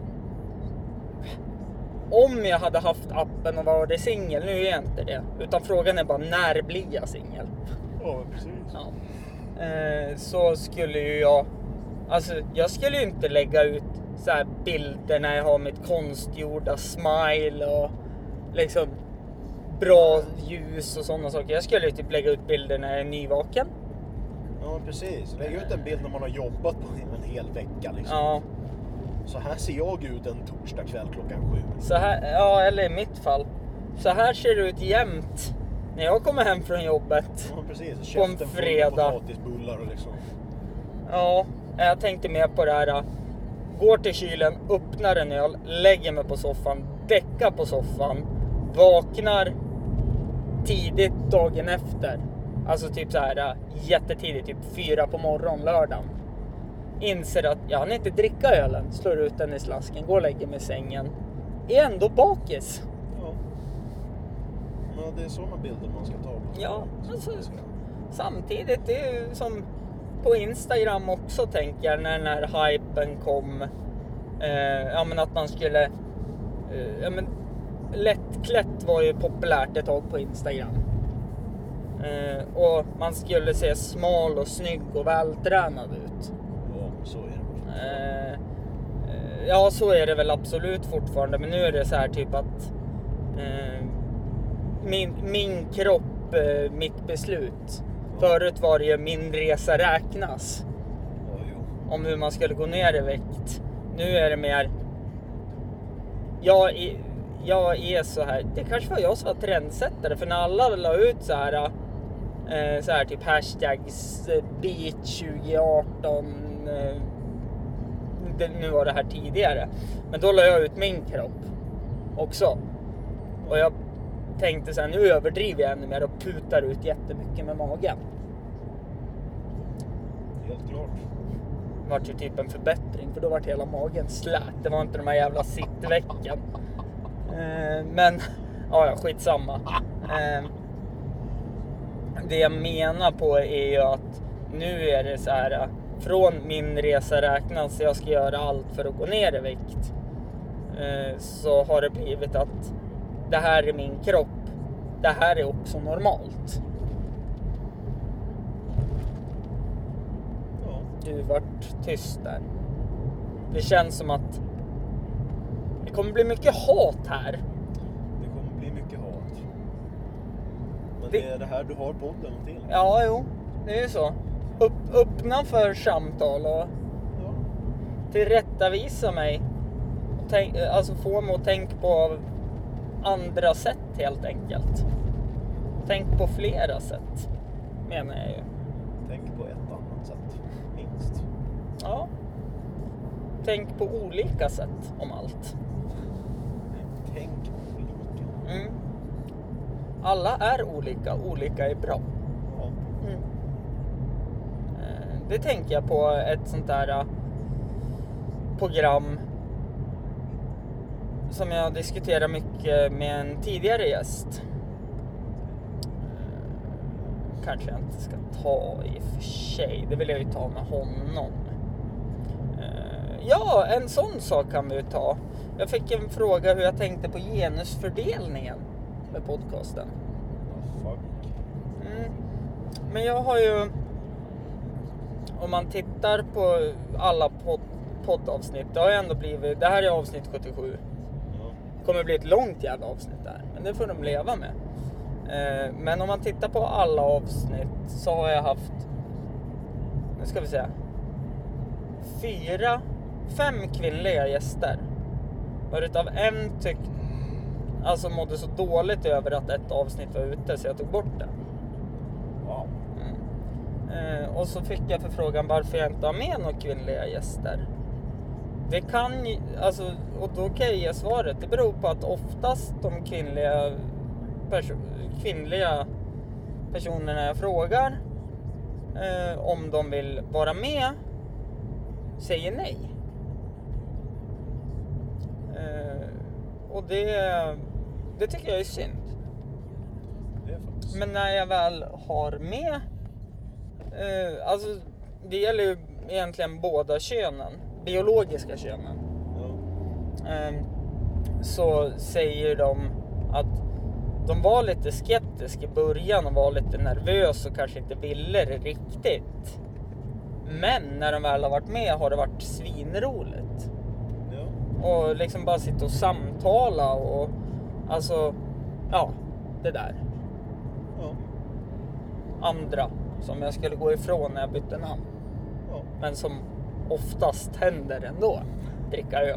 om jag hade haft appen och varit singel, nu är jag inte det, utan frågan är bara när blir jag singel? Ja, precis. Ja. Eh, så skulle ju jag, alltså jag skulle ju inte lägga ut så här bilder när jag har mitt konstgjorda smile och liksom bra ljus och sådana saker. Jag skulle ju typ lägga ut bilder när jag är nyvaken. Ja, precis. Lägg ut en bild när man har jobbat på en hel vecka liksom. Ja, Så här ser jag ut en torsdag kväll klockan sju. så här, ja eller i mitt fall. Så här ser det ut jämt när jag kommer hem från jobbet. Ja, precis. På en Käften full med fredag. potatisbullar och liksom. Ja, jag tänkte mer på det här. Går till kylen, öppnar en öl, lägger mig på soffan, däckar på soffan, vaknar tidigt dagen efter. Alltså typ så här jättetidigt, typ fyra på morgon lördagen. Inser att jag kan inte dricka ölen, slår ut den i slasken, går och lägger mig i sängen. Är ändå bakis. Ja. Men det är sådana bilder man ska ta på. Ja, alltså, samtidigt, det är ju som på Instagram också tänker jag, när den här hypen kom. Eh, ja men att man skulle, eh, ja men lättklätt var ju populärt ett tag på Instagram. Eh, och man skulle se smal och snygg och vältränad ut. Ja, så är det. Eh, eh, ja, så är det väl absolut fortfarande. Men nu är det så här typ att eh, min, min kropp, eh, mitt beslut. Förut var det ju min resa räknas. Ja, jo. Om hur man skulle gå ner i vikt. Nu är det mer, jag är, jag är så här. Det kanske var jag som var trendsättare. För när alla la ut så här eh, så här typ hashtags eh, beat tjugo arton eh, det, nu var det här tidigare. Men då la jag ut min kropp också. Och jag tänkte så här, nu överdriver jag ännu mer och putar ut jättemycket med magen. Helt klart. Det var ju typ en förbättring, för då var hela magen slät. Det var inte de här jävla sittvecken. Eh, men, ja, ja, skitsamma. Eh, det jag menar på är ju att nu är det så här, från min resa räknas, jag ska göra allt för att gå ner i vikt. Eh, så har det blivit att det här är min kropp. Det här är också normalt. Ja. Du vart tyst där. Det känns som att det kommer bli mycket hat här. Det kommer bli mycket hat. Men Det- det är det här du har podden till. Ja, jo. Det är ju så. Upp, öppna för samtal och Ja. tillrättavisa mig. Och tänk, alltså få mig att tänka på andra sätt helt enkelt. Tänk på flera sätt, menar jag ju. Tänk på ett annat sätt, minst. Ja. Tänk på olika sätt om allt. Tänk olika. Mm. Alla är olika, olika är bra. Ja. Mm. Eh, Det tänker jag på ett sånt där eh, program som jag diskuterar mycket med en tidigare gäst. Eh, Kanske jag inte ska ta i och för sig. Det vill jag ju ta med honom. Eh, Ja, en sån sak kan vi ju ta. Jag fick en fråga hur jag tänkte på genusfördelningen med podcasten. Oh, fuck. Mm. Men jag har ju, om man tittar på alla podd, poddavsnitt, det har ju ändå blivit, det här är avsnitt sjuttiosju. Ja. Det kommer bli ett långt jävla avsnitt där, men det får de leva med. Eh, men om man tittar på alla avsnitt så har jag haft, nu ska vi se, fyra, fem kvinnliga gäster. Varav en tyckte, alltså mådde så dåligt över att ett avsnitt var ute så jag tog bort det. Wow. Mm. Eh, och så fick jag förfrågan varför jag inte har med några kvinnliga gäster. Det kan ju, alltså, och då kan jag ge svaret. Det beror på att oftast de kvinnliga, perso- kvinnliga personerna jag frågar eh, om de vill vara med säger nej. Eh, och det, det tycker jag är synd. Det är faktiskt. Men när jag väl har med, eh, alltså det gäller ju egentligen båda könen, biologiska könen, Ja. eh, så säger de att de var lite skeptiska i början och var lite nervösa och kanske inte ville det riktigt. Men när de väl har varit med har det varit svinroligt. Ja. Och liksom bara sitta och samtala och alltså, ja, det där. Ja. Andra som jag skulle gå ifrån när jag bytte namn. Ja. Men som oftast händer ändå. Dricka öl.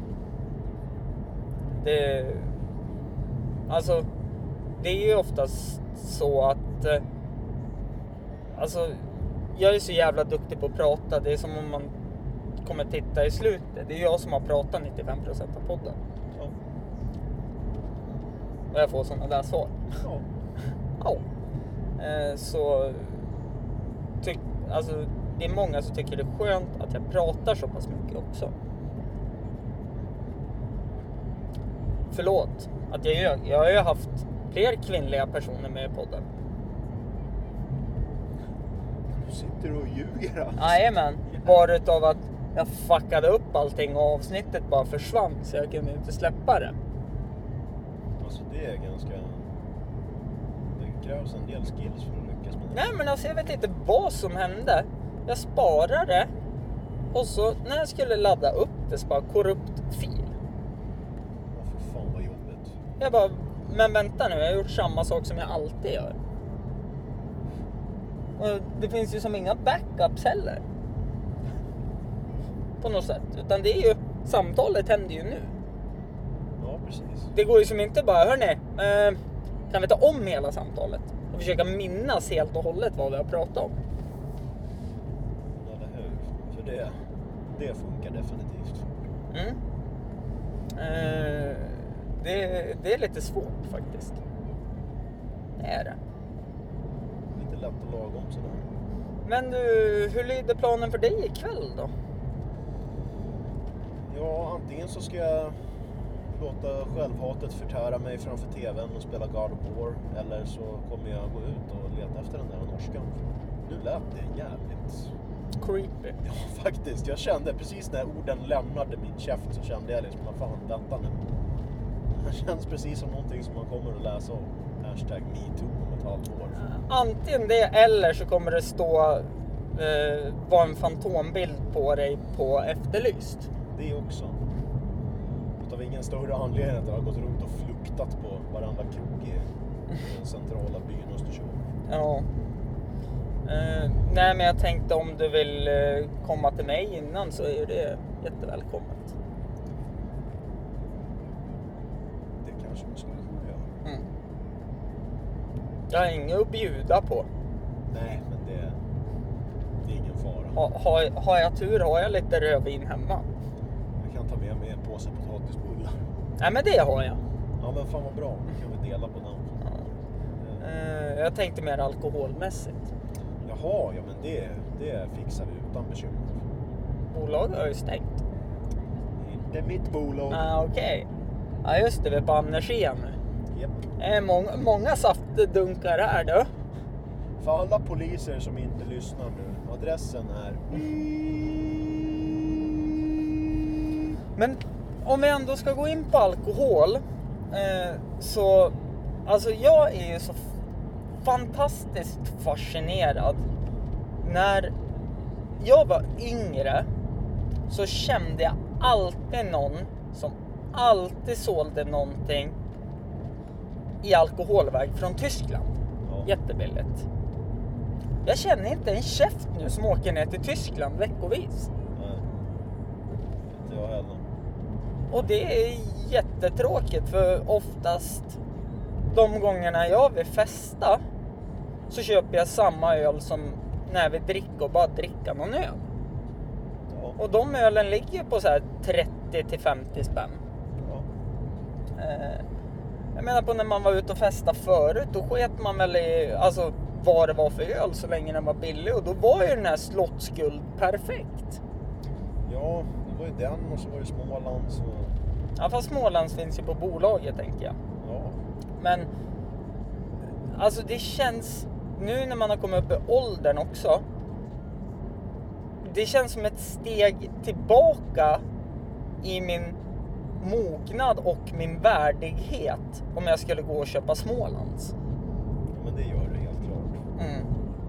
Det, alltså, det är ju oftast så att eh, alltså, jag är så jävla duktig på att prata. Det är som om man kommer titta i slutet. Det är jag som har pratat nittiofem procent av podden. Ja. Och jag får sådana där svar. Ja. Ja. Eh, så tyck, alltså, det är många som tycker det är skönt att jag pratar så pass mycket också. Förlåt att jag ljög. Jag har ju haft fler kvinnliga personer med i podden. Du sitter och ljuger alltså. Jajamän. Bara utav att jag fuckade upp allting och avsnittet bara försvann så jag kunde inte släppa det. Alltså det är ganska... Det krävs en del skills för att lyckas med det. Nej men alltså jag vet inte vad som hände. Jag sparade och så när jag skulle ladda upp det så bara korrupt fil. Åh, för fan vad jobbigt. Jag bara, men vänta nu, jag har gjort samma sak som jag alltid gör. Och det finns ju som inga backups heller. På något sätt. Utan det är ju, samtalet händer ju nu. Ja, precis. Det går ju som inte bara, hörni, eh, kan vi ta om hela samtalet? Och försöka minnas helt och hållet vad vi har pratat om. Eller hur? För det, det funkar definitivt. Mm. Eh, det, det är lite svårt faktiskt. Det är det. Lite lätt att laga om sådär. Men du, hur lyder planen för dig ikväll då? Ja, antingen så ska jag låta självhatet förtära mig framför tvn och spela God of War. Eller så kommer jag gå ut och leta efter den där norskan. Nu lät det jävligt creepy. Ja, faktiskt. Jag kände precis när orden lämnade min käft så kände jag liksom, vad fan, vänta nu. Det känns precis som någonting som man kommer att läsa om. Hashtag MeToo om ett halvår. Antingen det eller så kommer det stå eh, vara en fantombild på dig på Efterlyst. Det också. Utav ingen större anledning att jag har gått runt och fluktat på varandra krog i den centrala byn Östersund. Ja. Uh, nej, men jag tänkte om du vill uh, komma till mig innan så är det jättevälkommet. Det kanske man skulle kunna göra. Mm. Jag har inget att bjuda på. Nej, men det, det är ingen fara. Ha, har, har jag tur har jag lite rödvin hemma. Jag kan ta med mig en påse potatisbullar. Nej, men det har jag. Ja, men fan vad bra. Då kan vi dela på den. Ja. Uh, jag tänkte mer alkoholmässigt. Jaha, ja men det, det fixar vi utan bekymmer. Bolaget har ju stängt. Inte mitt bolag. Ah, okej. Okay. Ja, just det. Vi är på Andersén nu. Yep. Eh, många, många saftdunkar här då. För alla poliser som inte lyssnar nu, adressen är... Men om vi ändå ska gå in på alkohol eh, så... Alltså jag är ju så fantastiskt fascinerad. När jag var yngre så kände jag alltid någon som alltid sålde någonting i alkoholväg från Tyskland. Ja. Jättebilligt. Jag känner inte en käft nu som åker ner till Tyskland veckovis. Nej, inte jag heller. Och det är jättetråkigt, för oftast de gångerna jag vill festa så köper jag samma öl som när vi dricker och bara dricka någon öl. Ja. Och de ölen ligger på så här trettio till femtio spänn. Ja. Eh, jag menar på när man var ute och festa förut, då sket man väl i alltså, vad det var för öl så länge den var billig. Och då var ju den här Slottsguld perfekt. Ja, det var ju den och så var det Småland. Så... Ja, fast Smålands finns ju på bolaget, tänker jag. Ja. Men alltså det känns nu när man har kommit upp i åldern också, det känns som ett steg tillbaka i min mognad och min värdighet om jag skulle gå och köpa Smålands. Men det gör det helt klart. Mm.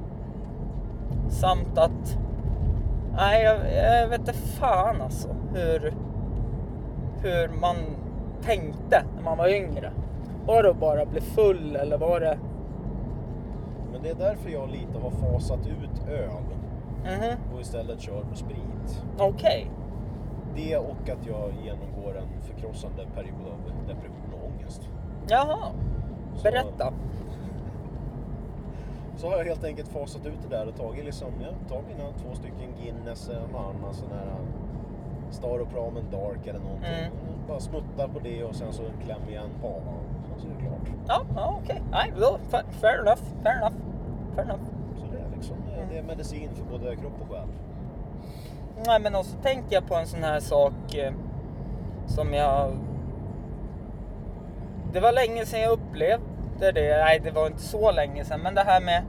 Samt att nej, jag, jag vet inte fan alltså hur hur man tänkte när man var yngre. Var det att bara bli full eller var det... Men det är därför jag lite har fasat ut öl Mhm. och istället kör på sprit. Okej. Okay. Det och att jag genomgår en förkrossande period av depression och ångest. Jaha. Så- Berätta. Så har jag helt enkelt fasat ut det där och tagit liksom, jag tar mina två stycken Guinness, en annan sån här Star och Pramen Dark eller någonting. Mm. Bara smuttar på det och sen så klämmer jag en pava. Sen så är det klart. Ja, ja okej. Okay. Nej, då fair, fair enough. Fair enough. Fair enough. Så det är liksom, Mm. det är medicin för både kropp och själ. Nej, men också tänkte jag på en sån här sak eh, som jag... Det var länge sedan jag upplevde det. Nej, det var inte så länge sedan. Men det här med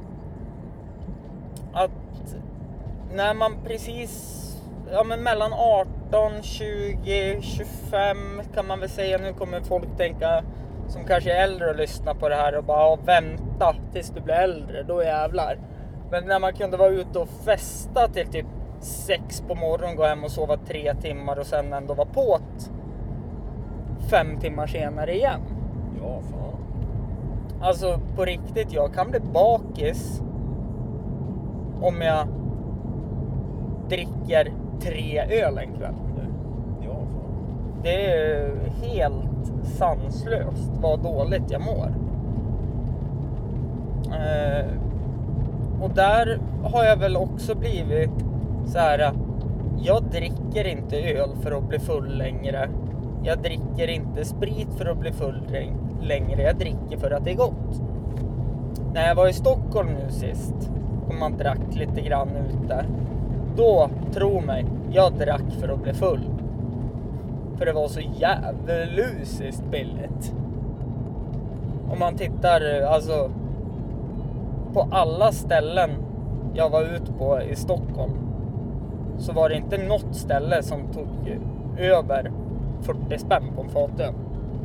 att när man precis... Ja, men mellan arton, tjugo, tjugofem kan man väl säga. Nu kommer folk tänka som kanske är äldre och lyssna på det här och bara ja, vänta tills du blir äldre. Då jävlar. Men när man kunde vara ute och festa till typ sex på morgonen, gå hem och sova tre timmar och sen ändå vara på ett fem timmar senare igen. Ja, fan. Alltså på riktigt, jag kan bli bakis om jag dricker tre öl en kväll. Ja, fan. Det är helt sanslöst vad dåligt jag mår. Eh, och där har jag väl också blivit så här. Jag dricker inte öl för att bli full längre. Jag dricker inte sprit för att bli full längre. Jag dricker för att det är gott. När jag var i Stockholm nu sist och man drack lite grann ute, då, tro mig, jag drack för att bli full. För det var så jävlusiskt billigt. Om man tittar alltså på alla ställen jag var ute på i Stockholm, så var det inte något ställe som tog över fyrtio spänn på en fatöl.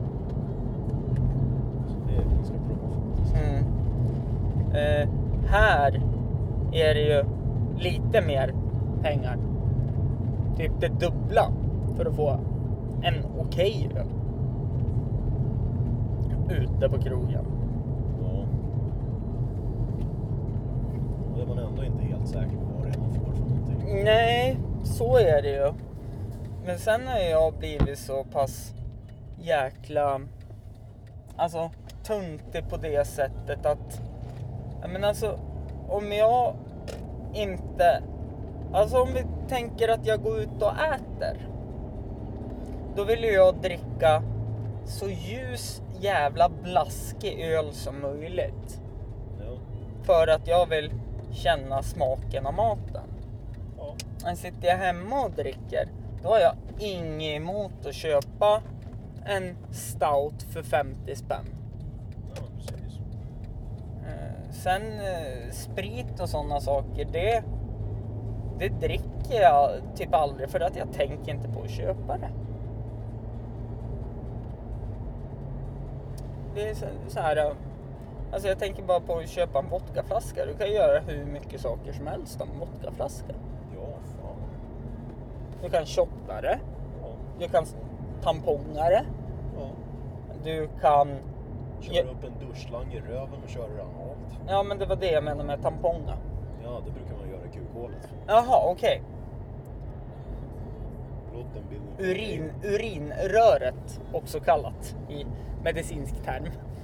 Det är ganska bra. Mm. Eh, här är det ju lite mer pengar. Typ det dubbla för att få en okej öl ute på krogen. Ja. Då är man ändå inte helt säker på vad det är man får för någonting. Nej, så är det ju. Men sen har jag blivit så pass jäkla alltså tuntig på det sättet att jag menar alltså om jag inte alltså om vi tänker att jag går ut och äter, då vill ju jag dricka så ljus jävla blaskig öl som möjligt. Ja. För att jag vill känna smaken av maten. Ja. Men sitter jag hemma och dricker, då har jag inget emot att köpa en stout för femtio spänn. Ja, precis. Eh, sen eh, sprit och sådana saker, det, det dricker jag typ aldrig för att jag tänker inte på att köpa det. Det är så, så här, eh, alltså jag tänker bara på att köpa en vodkaflaska. Du kan göra hur mycket saker som helst om en vodkaflaska. Ja, fan. Du kan shotta det. Ja. Du kan tamponga det. Ja. Du kan... Kör Ja. upp en duschslang i röven och kör analt. Ja, men det var det jag menade med tamponga. Ja, det brukar man göra i kukhålet. Jaha, okej. Låt den bilden. Urin, urinröret, också kallat i medicinsk term.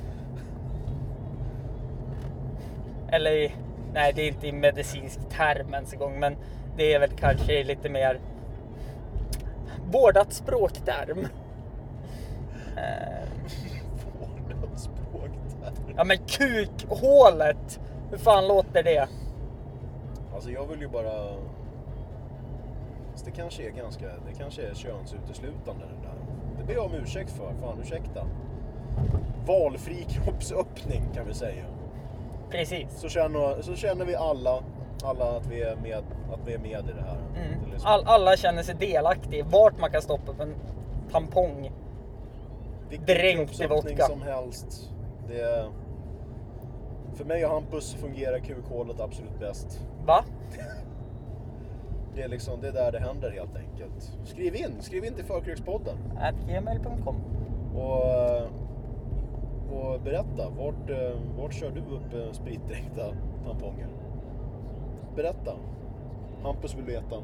Eller i, nej, det är inte i medicinsk term ens en gång, men det är väl kanske lite mer vårdat språkterm. Eh, Vårdat språkterm. ja, men kukhålet, hur fan låter det? Alltså jag vill ju bara... Fast det kanske är ganska... Det kanske är könsuteslutande det där. Det ber jag om ursäkt för. Fan, ursäkta. Valfri kroppsöppning kan vi säga. Precis. Så känner, så känner vi alla, alla att, vi är med, att vi är med i det här. Mm. Det är liksom- All, alla känner sig delaktiga vart man kan stoppa upp en tampong. Vilken dränkt i kroppsöppning vodka. som helst. Det är, för mig och Hampus fungerar kukhålet absolut bäst. Va? Det är liksom, det är där det händer helt enkelt. Skriv in, skriv in till Förkrökspodden. at gmail punkt com. Och, och berätta, vart, vart kör du upp eh, spritdränkta tamponger? Berätta. Hampus vill veta.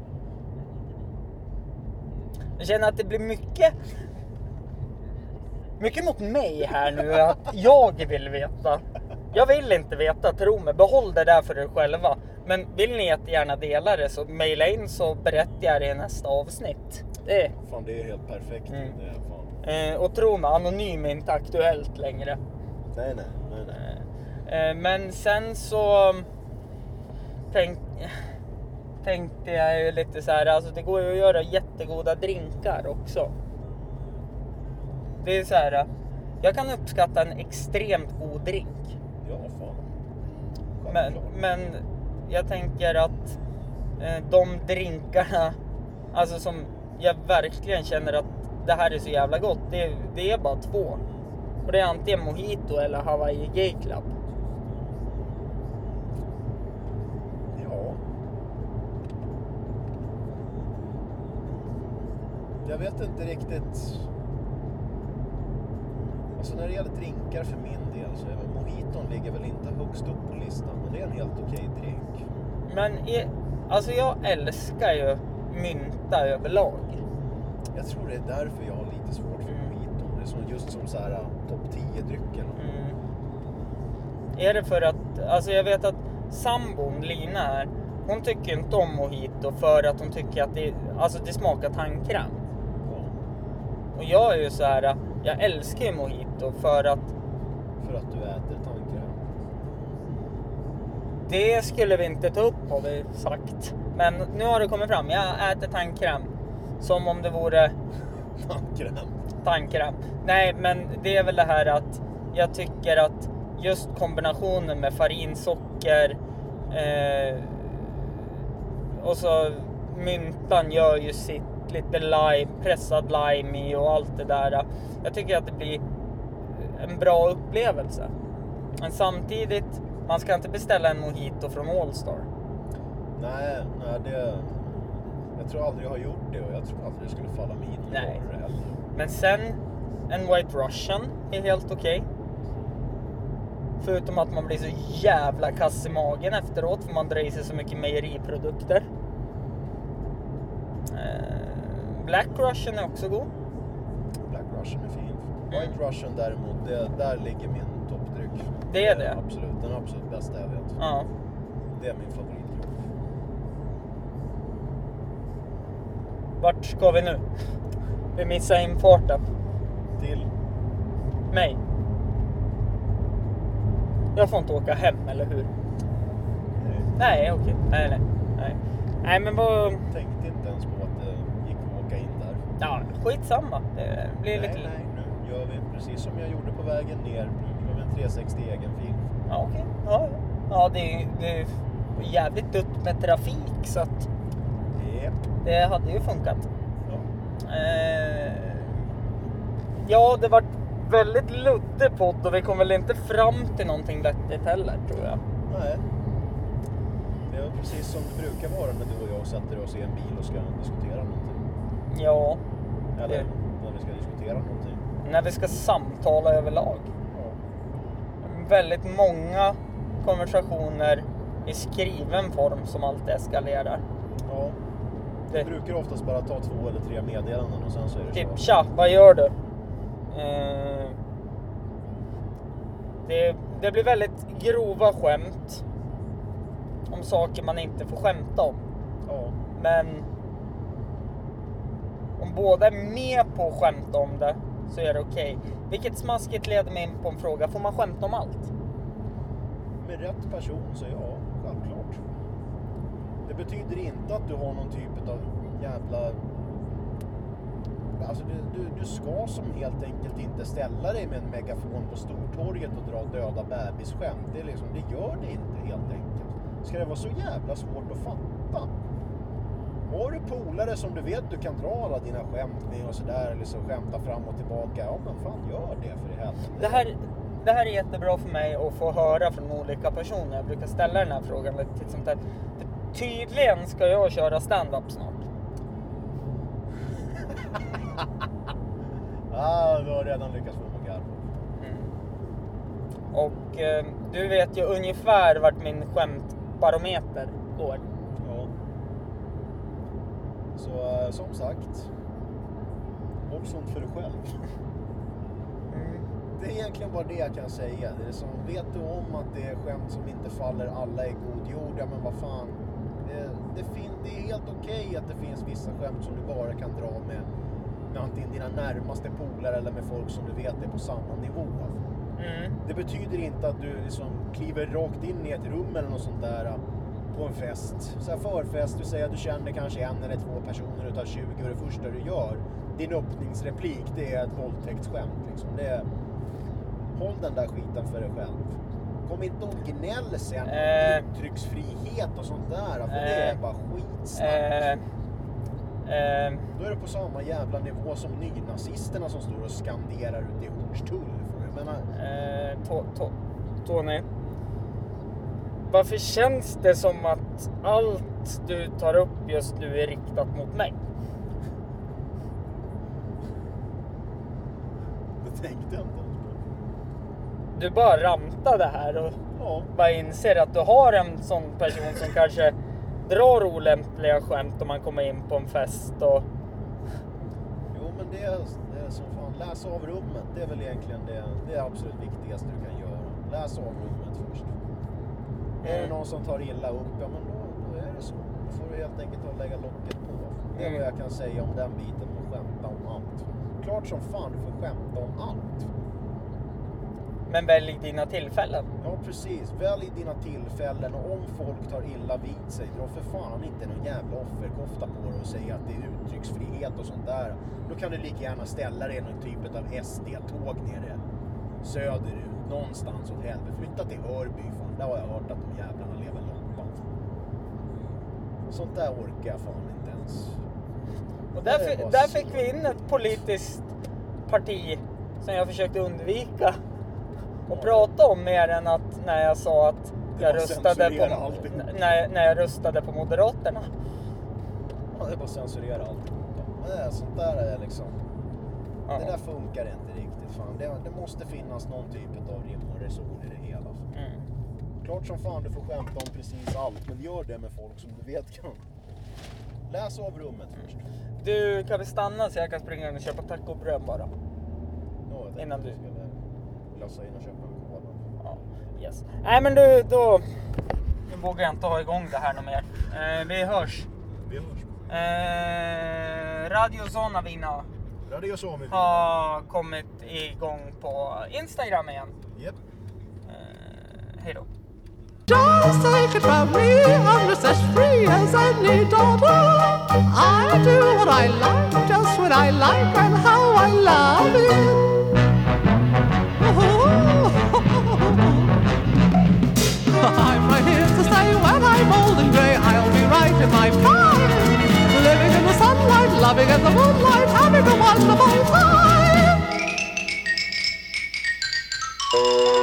Jag känner att det blir mycket mycket mot mig här nu, att jag vill veta. Jag vill inte veta, tro mig. Behåll det där för er själva. Men vill ni jättegärna dela det, så mejla in så berättar jag det i nästa avsnitt. Det är. Fan, det är helt perfekt. Mm. Det är fan. Eh, och tro mig, anonym är inte aktuellt längre. Nej, nej, nej, nej. Eh, men sen så tänk, tänkte jag ju lite så här, alltså det går ju att göra jättegoda drinkar också. Det är så här, jag kan uppskatta en extremt god drink. Ja, fan. Men, Självklart. men jag tänker att eh, de drinkarna, alltså som jag verkligen känner att det här är så jävla gott, det, det är bara två. Och det är antingen Mojito eller Hawaii Gay Club. Ja. Jag vet inte riktigt. Alltså när det gäller drinkar för min del så är väl Mojiton ligger väl inte högst upp på listan, men det är en helt okej drink. Men i, alltså jag älskar ju mynta överlag. Jag tror det är därför jag har lite svårt för Mojiton. Det är som, just som så här topp tio-drycken. Mm. Är det för att, alltså jag vet att sambon Lina här, hon tycker inte om Mojito för att hon tycker att det, alltså det smakar tandkräm. Ja, Och jag är ju så här, jag älskar ju Mojito för att för att du äter tandkräm. det skulle vi inte ta upp, har vi sagt. Men nu har det kommit fram, jag äter tandkräm som om det vore Tandkräm. Tandkräm. Nej, men det är väl det här att jag tycker att just kombinationen med farinsocker eh, och så myntan gör ju sitt, lite lime, pressad lime i och allt det där. Jag tycker att det blir en bra upplevelse. Men samtidigt, man ska inte beställa en mojito från Allstar. Nej, nej det... Jag tror aldrig jag har gjort det och jag tror aldrig det skulle falla mig in. Nej. Det heller. Men sen, en White Russian är helt okej. Förutom att man blir så jävla kass i magen efteråt för man drar i sig så mycket mejeriprodukter. Eh, Black Russian är också god. Black Russian är fin. White Russian däremot, det, där ligger min toppdryck. Det är det? Absolut, den absolut bästa jag vet. Ja. Det är min favoritdryck. Vart ska vi nu? Vi missar infarten. Till? Mig. Jag får inte åka hem, eller hur? Nej. Nej, okej. Nej, nej. Nej, nej men vad... Tänkte inte ens på att det gick att åka in där. Ja, skitsamma. Det blir Nej, lite... nej, nu gör vi precis som jag gjorde på vägen ner. Nu gör vi en trehundrasextio egen film. Ja, okej. Ja, ja. Ja, det är, det är jävligt dött med trafik, så att Yep. det hade ju funkat. Ja. Eh, ja, det var väldigt luddig podd och vi kom väl inte fram till någonting vettigt heller, tror jag. Nej. Det är precis som det brukar vara när du och jag sätter oss i en bil och ska diskutera någonting. Ja, Eller det, när vi ska diskutera någonting. när vi ska samtala överlag. Ja. Väldigt många konversationer i skriven form som alltid eskalerar. Ja. Det Det, brukar oftast bara ta två eller tre meddelanden och sen så är det typ, så. tja, vad gör du? Eh, det, det blir väldigt grova skämt om saker man inte får skämta om. Ja. Men om båda är med på att skämta om det så är det okej. Vilket smaskigt leder mig in på en fråga. Får man skämta om allt? Med rätt person så ja, självklart. Det betyder inte att du har någon typ av jävla... Alltså du, du, du ska som helt enkelt inte ställa dig med en megafon på Stortorget och dra döda bebisskämt. Det, är liksom, det gör det inte helt enkelt. Ska det vara så jävla svårt att fatta? Har du polare som du vet du kan dra alla dina skämt med och sådär, eller så skämta fram och tillbaka, ja men fan gör det för i helvete. Det här, det här är jättebra för mig att få höra från olika personer. Jag brukar ställa den här frågan lite titt som tätt. För tydligen ska jag köra stand-up snart. Ah, du har redan lyckats få mig garv. Mm. Och eh, du vet ju ungefär vart min skämtbarometer går. Ja. Så eh, som sagt, håll sånt för dig själv. Mm. Det är egentligen bara det jag kan säga. Det är som, vet du om att det är skämt som inte faller alla i god jord, ja men vad fan. Det, det, fin- det är helt okej att det finns vissa skämt som du bara kan dra med, med antingen dina närmaste polare eller med folk som du vet är på samma nivå. Mm. Det betyder inte att du liksom kliver rakt in i ett rum eller något sånt där på en fest. Så här förfest, du säger att du känner kanske en eller två personer utav tjugo och det första du gör, din öppningsreplik, det är ett våldtäktsskämt liksom. Det är, håll den där skiten för dig själv. Kom inte och gnäll sen om Eh. uttrycksfrihet och sånt där, för Eh. det är bara skitsnack. Eh, eh, Då är det på samma jävla nivå som nynazisterna som står och skanderar ute i Hornstull. Jag menar, eh, to, to, Tony. Varför känns det som att allt du tar upp just nu är riktat mot mig? det tänkte jag inte ens på. Du bara rantade här och Ja. bara inser att du har en sån person som kanske drar olämpliga skämt om man kommer in på en fest och... Jo, men det är, det är som fan, läs av rummet. Det är väl egentligen det, det är absolut viktigaste du kan göra. Läs av rummet först. Mm. Är det någon som tar illa upp, ja men då, då är det så. Då får du helt enkelt att lägga locket på. Det är Mm. vad jag kan säga om den biten och skämta om allt. Klart som fan du får skämta om allt. Men välj dina tillfällen. Ja, precis. Välj dina tillfällen, och om folk tar illa vid sig, dra för fan inte någon jävla offerkofta på det och säga att det är uttrycksfrihet och sånt där. Då kan du lika gärna ställa dig i någon typ av S D-tåg nere söderut, någonstans åt helvete. Flytta till Örby, fan. Där har jag hört att de jävlarna lever loppan. Sånt där orkar jag fan inte ens. Och där, f- där fick vi in ett politiskt parti som jag försökte undvika och ja. prata om, mer än att när jag sa att jag röstade på, när, när jag röstade på Moderaterna. Ja, det är bara att censurera allt. Nej, sånt där är liksom... Ja. Det där funkar inte riktigt. Fan. Det, det måste finnas någon typ av rim och reson i det hela. Mm. Klart som fan du får skämta om precis allt, men gör det med folk som du vet kan. Läs av rummet först. Du, kan vi stanna så jag kan springa in och köpa tacobröd bara? Ja, innan du skulle lösa in och köpa en kola. Ja, yes. Nej men du, då nu vågar jag inte ha igång det här något mer. Eh, vi hörs. Vi hörs. Eh, Radio Zonavina. Radio Zonavina har kommit igång på Instagram igen. Yep. Eh, hej då. Just take it from me, I'm just as free as any daughter. I do what I like, just when I like, and how I love it. I'm right here to stay. When I'm old and grey, I'll be right in my prime, living in the sunlight, loving in the moonlight, having a wonderful time.